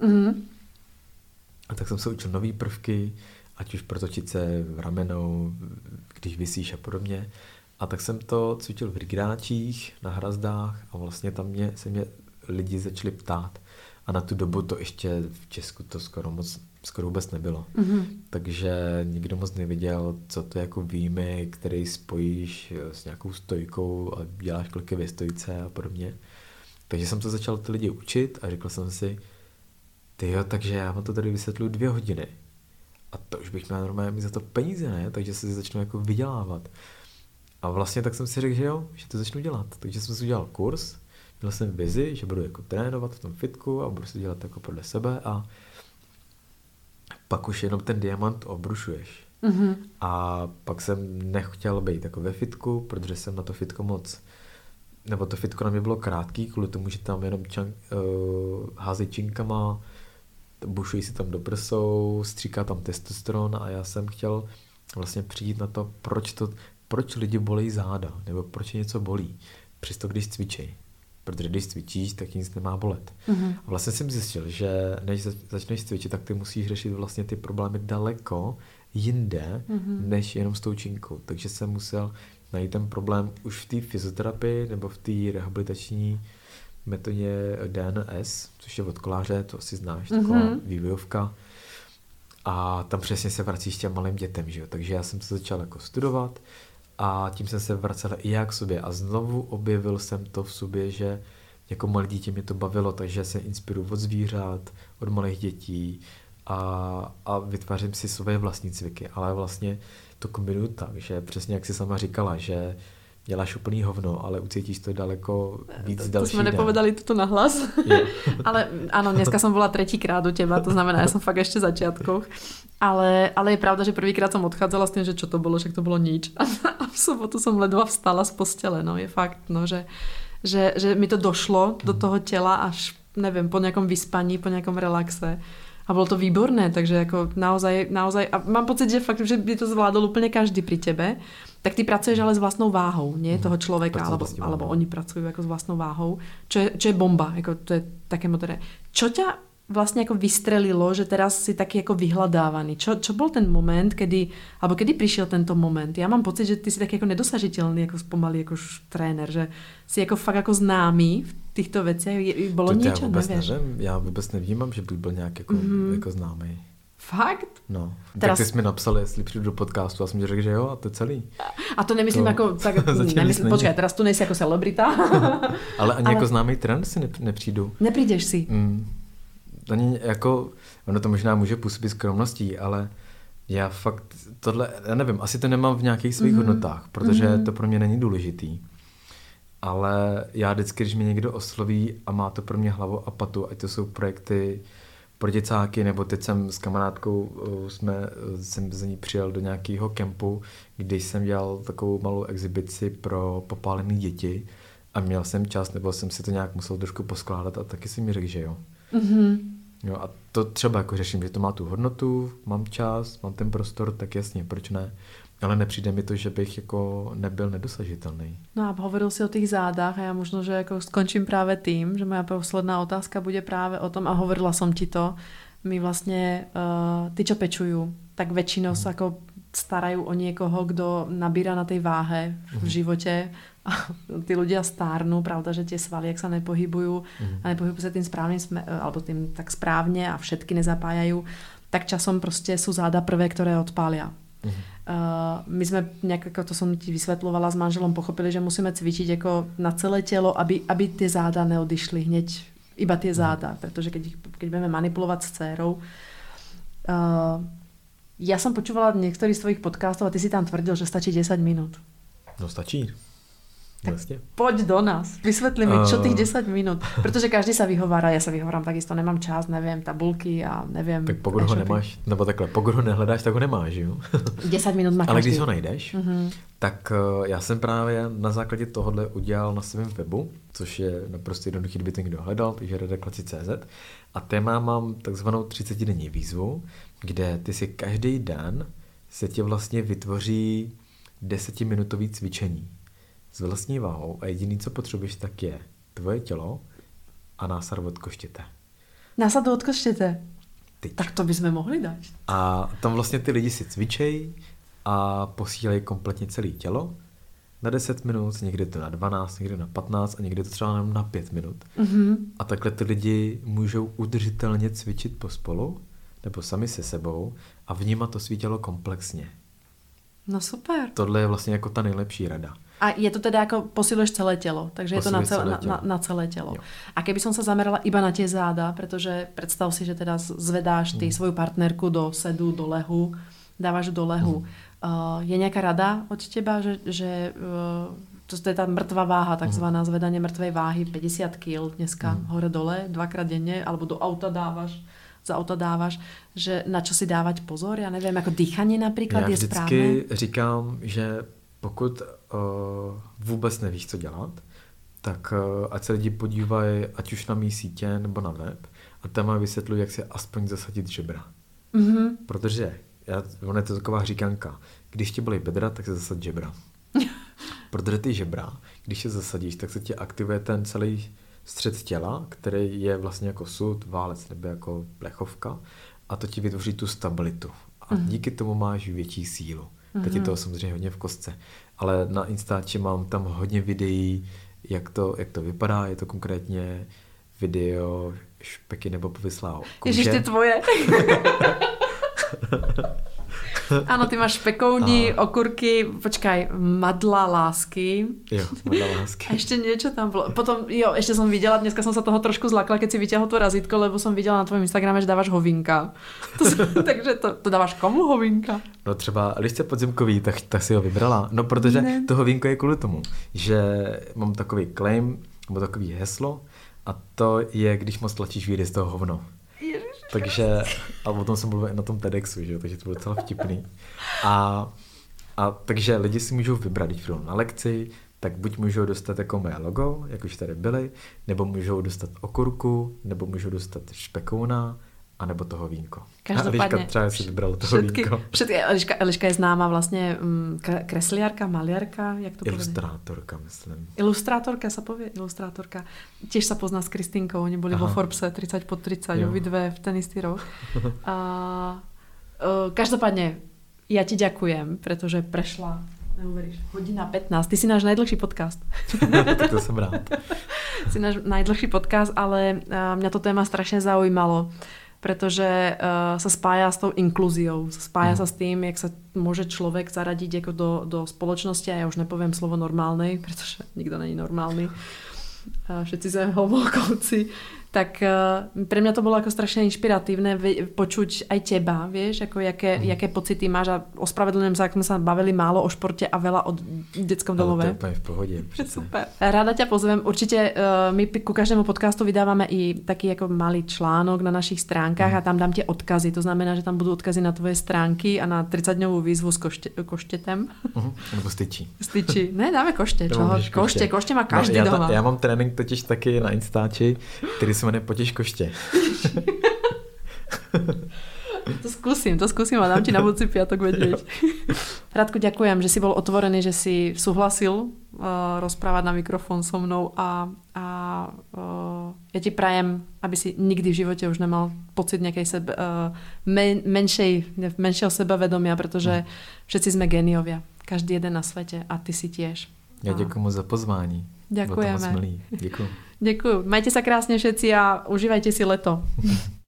A tak jsem se učil nový prvky, ať už protočit se v ramenou, když visíš a podobně. A tak jsem to cvičil v rigráčích, na hrazdách a vlastně tam se mě lidi začali ptát. A na tu dobu to ještě v Česku to skoro vůbec nebylo. Takže nikdo moc nevěděl, co to je jako výjimek, který spojíš s nějakou stojkou a děláš kliky ve stojce a podobně. Takže jsem to začal ty lidi učit a řekl jsem si, takže já vám to tady vysvětluji 2 hodiny. A to už bych měl normálně mít za to peníze, ne? Takže se začnu jako vydělávat. A vlastně tak jsem si řekl, že to začnu dělat. Takže jsem si udělal kurz, měl jsem vizi, že budu jako trénovat v tom fitku a budu si dělat jako podle sebe a pak už jenom ten diamant obrušuješ. A pak jsem nechtěl být jako ve fitku, protože jsem na to fitko to fitko na mě bylo krátký, kvůli tomu, že tam jenom házej činkama, bušují si tam do prsou, stříká tam testosteron a já jsem chtěl vlastně přijít na to, proč lidi bolí záda, nebo proč něco bolí, přesto když cvičí. Protože když cvičíš, tak nic nemá bolet. A vlastně jsem zjistil, že než začneš cvičit, tak ty musíš řešit vlastně ty problémy daleko jinde, než jenom s tou činkou. Takže jsem musel najít ten problém už v té fyzioterapii nebo v té rehabilitační metodě DNS, což je od koláře, to asi znáš, taková vývojovka. A tam přesně se vracíš těm malým dětem, že jo? Takže já jsem se začal jako studovat a tím jsem se vracel i já k sobě a znovu objevil jsem to v sobě, že jako malé dítě mě to bavilo, takže se inspiruju od zvířat, od malých dětí a vytvářím si své vlastní cviky, ale vlastně to kombinuju tak, že přesně jak jsi sama říkala, že děláš úplný hovno, ale ucítíš to daleko víc další. To jsme nepovedali toto nahlas. Ale áno, dneska som bola 3-krát u teba, to znamená, ja som fakt ešte v začiatkoch. Ale je pravda, že prvýkrát som odchádzala s tým, že čo to bolo, však to bolo nič. A v sobotu som ledva vstala z postele. No je fakt, no, že mi to došlo do toho tela až, neviem, po nejakom vyspaní, po nejakom relaxe. A bylo to výborné, takže jako naozaj, a mám pocit, že fakt, že by to zvládol úplně každý pri tebe, tak ty pracuješ ale s vlastnou váhou, nie toho človeka, alebo oni pracujú jako s vlastnou váhou, čo je bomba, jako to je také moderné. Čo ťa vlastne ako vystrelilo, že teraz si taký ako vyhľadávaný? Čo bol ten moment, kedy prišiel tento moment? Ja mám pocit, že ty si taký ako nedosažiteľný, jako pomalý jako tréner, že si jako fakt jako známý v týchto veciach. Bolo niečo, nevieš? Nevím, já vůbec nevnímám, že bych byl nějak jako známý. Fakt? No. Teraz... Tak ty jsi mi napsal, jestli přijdu do podcastu a jsem ti řekl, že jo, a to je celý. A to nemyslím to... jako, tak nemyslím, počkej, teraz tu nejsi jako celebrita. Ale ani jako známý trenér si nepřijdu. Nepřijdeš si? Ani jako, ono to možná může působit skromností, ale já fakt tohle, já nevím, asi to nemám v nějakých svých hodnotách, protože to pro mě není důležitý. Ale já vždycky, když mě někdo osloví a má to pro mě hlavu a patu, ať to jsou projekty pro děcáky, nebo teď jsem s kamarádkou, jsem za ní přijel do nějakého kempu, když jsem dělal takovou malou exibici pro popálené děti a měl jsem čas, nebo jsem si to nějak musel trošku poskládat a taky si mi řekl, že jo. Jo, a to třeba jako řeším, že to má tu hodnotu, mám čas, mám ten prostor, tak jasně, proč ne? Ale nepřijde mi to, že bych jako nebyl nedosažitelný. No a hovoril si o tých zádách a já možno, že jako skončím právě tím, že moja posledná otázka bude právě o tom, a hovorila som ti to, my vlastně, ty, čo pečujú, tak väčšinou sa ako starajú o niekoho, kdo nabíra na tej váhe v živote. A tí ľudia stárnu, pravda, že tie svaly, jak sa nepohybujú a nepohybujú sa tým správnym alebo tým tak správne a všetky nezapájajú, tak časom prostě sú záda prvé, ktoré odpália. My sme nejak, ako to som ti vysvetľovala s manželom, pochopili, že musíme cvičiť jako na celé tělo, aby tie záda neodišly hneď, iba tie záda, pretože keď budeme manipulovať s dcérou. Ja som počúvala niektorých z tvojich podcastov a ty si tam tvrdil, že stačí 10 minút. No stačí. Tak vlastně. Pojď do nás, vysvětli mi, čo těch 10 minut, protože každý se vyhovára, já se vyhovárám takisto, nemám čas, nevím, tabulky a nevím. Tak pokud ho nemáš, nebo takhle, pokud ho nehledáš, tak ho nemáš, jo? 10 minut má každý. Ale když ho najdeš, tak já jsem právě na základě tohohle udělal na svém webu, což je naprosto jednoduchý, kdyby to někdo hledal, takže redeklaci.cz, a téma mám takzvanou 30-denní výzvu, kde ty si každý den se tě vlastně vytvoří 10-minutový cvičení s vlastní váhou a jediný, co potřebuješ, tak je tvoje tělo a násadu od koštěte. Násadu od koštěte? Tak to bychom mohli dát. A tam vlastně ty lidi si cvičejí a posílají kompletně celé tělo na 10 minut, někdy to na 12, někdy na 15 a někdy to třeba jenom na 5 minut. A takhle ty lidi můžou udržitelně cvičit pospolu nebo sami se sebou a vnímat to svý tělo komplexně. No super. Tohle je vlastně jako ta nejlepší rada. A je to teda jako posiluješ celé tělo, takže posiluješ je to na celé tělo. Jo. A keby som sa zamerala iba na tie záda, protože predstav si, že teda zvedáš ty svoju partnerku do sedu, do lehu, dávaš do lehu. Je nějaká rada od teba, že to je ta mrtvá váha, takzvaná zvedanie mrtvej váhy, 50 kg dneska hore dole, 2krát denne, alebo do auta dávaš, že na čo si dávať pozor, já nevím, jako dýchanie například je správné. Já vždycky říkám, že pokud vůbec nevíš, co dělat, tak ať se lidi podívají ať už na mý sítě nebo na web a tam vysvětluji, jak si aspoň zasadit žebra. Protože ono je to taková říkanka, když ti bolí bedra, tak se zasad žebra. Protože ty žebra, když se zasadíš, tak se ti aktivuje ten celý střed těla, který je vlastně jako sud, válec nebo jako plechovka a to ti vytvoří tu stabilitu. A díky tomu máš větší sílu. Teď je to samozřejmě hodně v kostce. Ale na Instači mám tam hodně videí, jak to vypadá. Je to konkrétně video špeky nebo povyslá kůže. Ježiš, ty tvoje. Ano, ty máš špekouni, okurky, počkaj, madla lásky. Jo, madla lásky. A ještě něco tam bylo. Potom, jo, ještě jsem viděla, dneska jsem se toho trošku zlakla, keď si vyťahol to razítko, lebo jsem viděla na tvojom Instagrame, že dáváš hovinka. Takže to dáváš komu hovinka? No třeba lišce podzimkový, tak si ho vybrala. No protože to hovinko je kvůli tomu, že mám takový claim, nebo takový heslo a to je, když moc tlačíš, vyjde z toho hovno. Takže, a o tom jsem mluvil i na tom TEDxu, že? Takže to bylo celá vtipný. A takže lidi si můžou vybrat, když přijdou na lekci, tak buď můžou dostat jako moje logo, jak už tady byly, nebo můžou dostat okurku, nebo můžou dostat špekouna, anebo toho vínko. Každopádně. Eliška třeba si vybrala toho vínko. Eliška je známa vlastně kresliarka, maliarka, jak to povede? Ilustrátorka, myslím. Ilustrátorka sa povie? Ilustrátorka. Tiež sa pozná s Kristýnkou, oni boli vo Forbese 30 pod 30, obidve v ten istý rok. Každopádne, ja ti ďakujem, pretože prešla, neuveríš, 1:15. Ty si náš najdlhší podcast. To som rád. Si náš najdlhší podcast, ale mňa to téma strašne zaujímalo, pretože sa spája s tou inklúziou, spája sa s tým, jak sa môže človek zaradiť ako do spoločnosti, a ja už nepoviem slovo normálnej, pretože nikto není normálny. Všetci sme homokovci. Tak pre mňa to bolo ako strašne inšpiratívne počuť aj teba, vieš, ako jaké pocity máš, a ospravedlňujem sa, ak sme sa bavili málo o športe a veľa o detskom domove. Ale to je úplne v pohode. Super. Ráda ťa pozvem. Určite my ku každému podcastu vydávame i taký ako malý článok na našich stránkach a tam dám tie odkazy. To znamená, že tam budú odkazy na tvoje stránky a na 30-dňovú výzvu s koštetem. Nebo styčí. Styčí. Ne, dáme koště. Koště má každý doma. Já mám trénink totiž taky na Instači, který se jmenuje Potěš koště. To skúsim a dám ti na budúci piatok vedieť. Radku, ďakujem, že si bol otvorený, že si súhlasil rozprávať na mikrofón so mnou a ja ti prajem, aby si nikdy v živote už nemal pocit nejakej menšieho sebavedomia, pretože všetci sme géniovia. Každý jeden na svete a ty si tiež. Ja ďakujem za pozvání. Ďakujeme. Děkuju. Majte sa krásne všetci a užívajte si leto.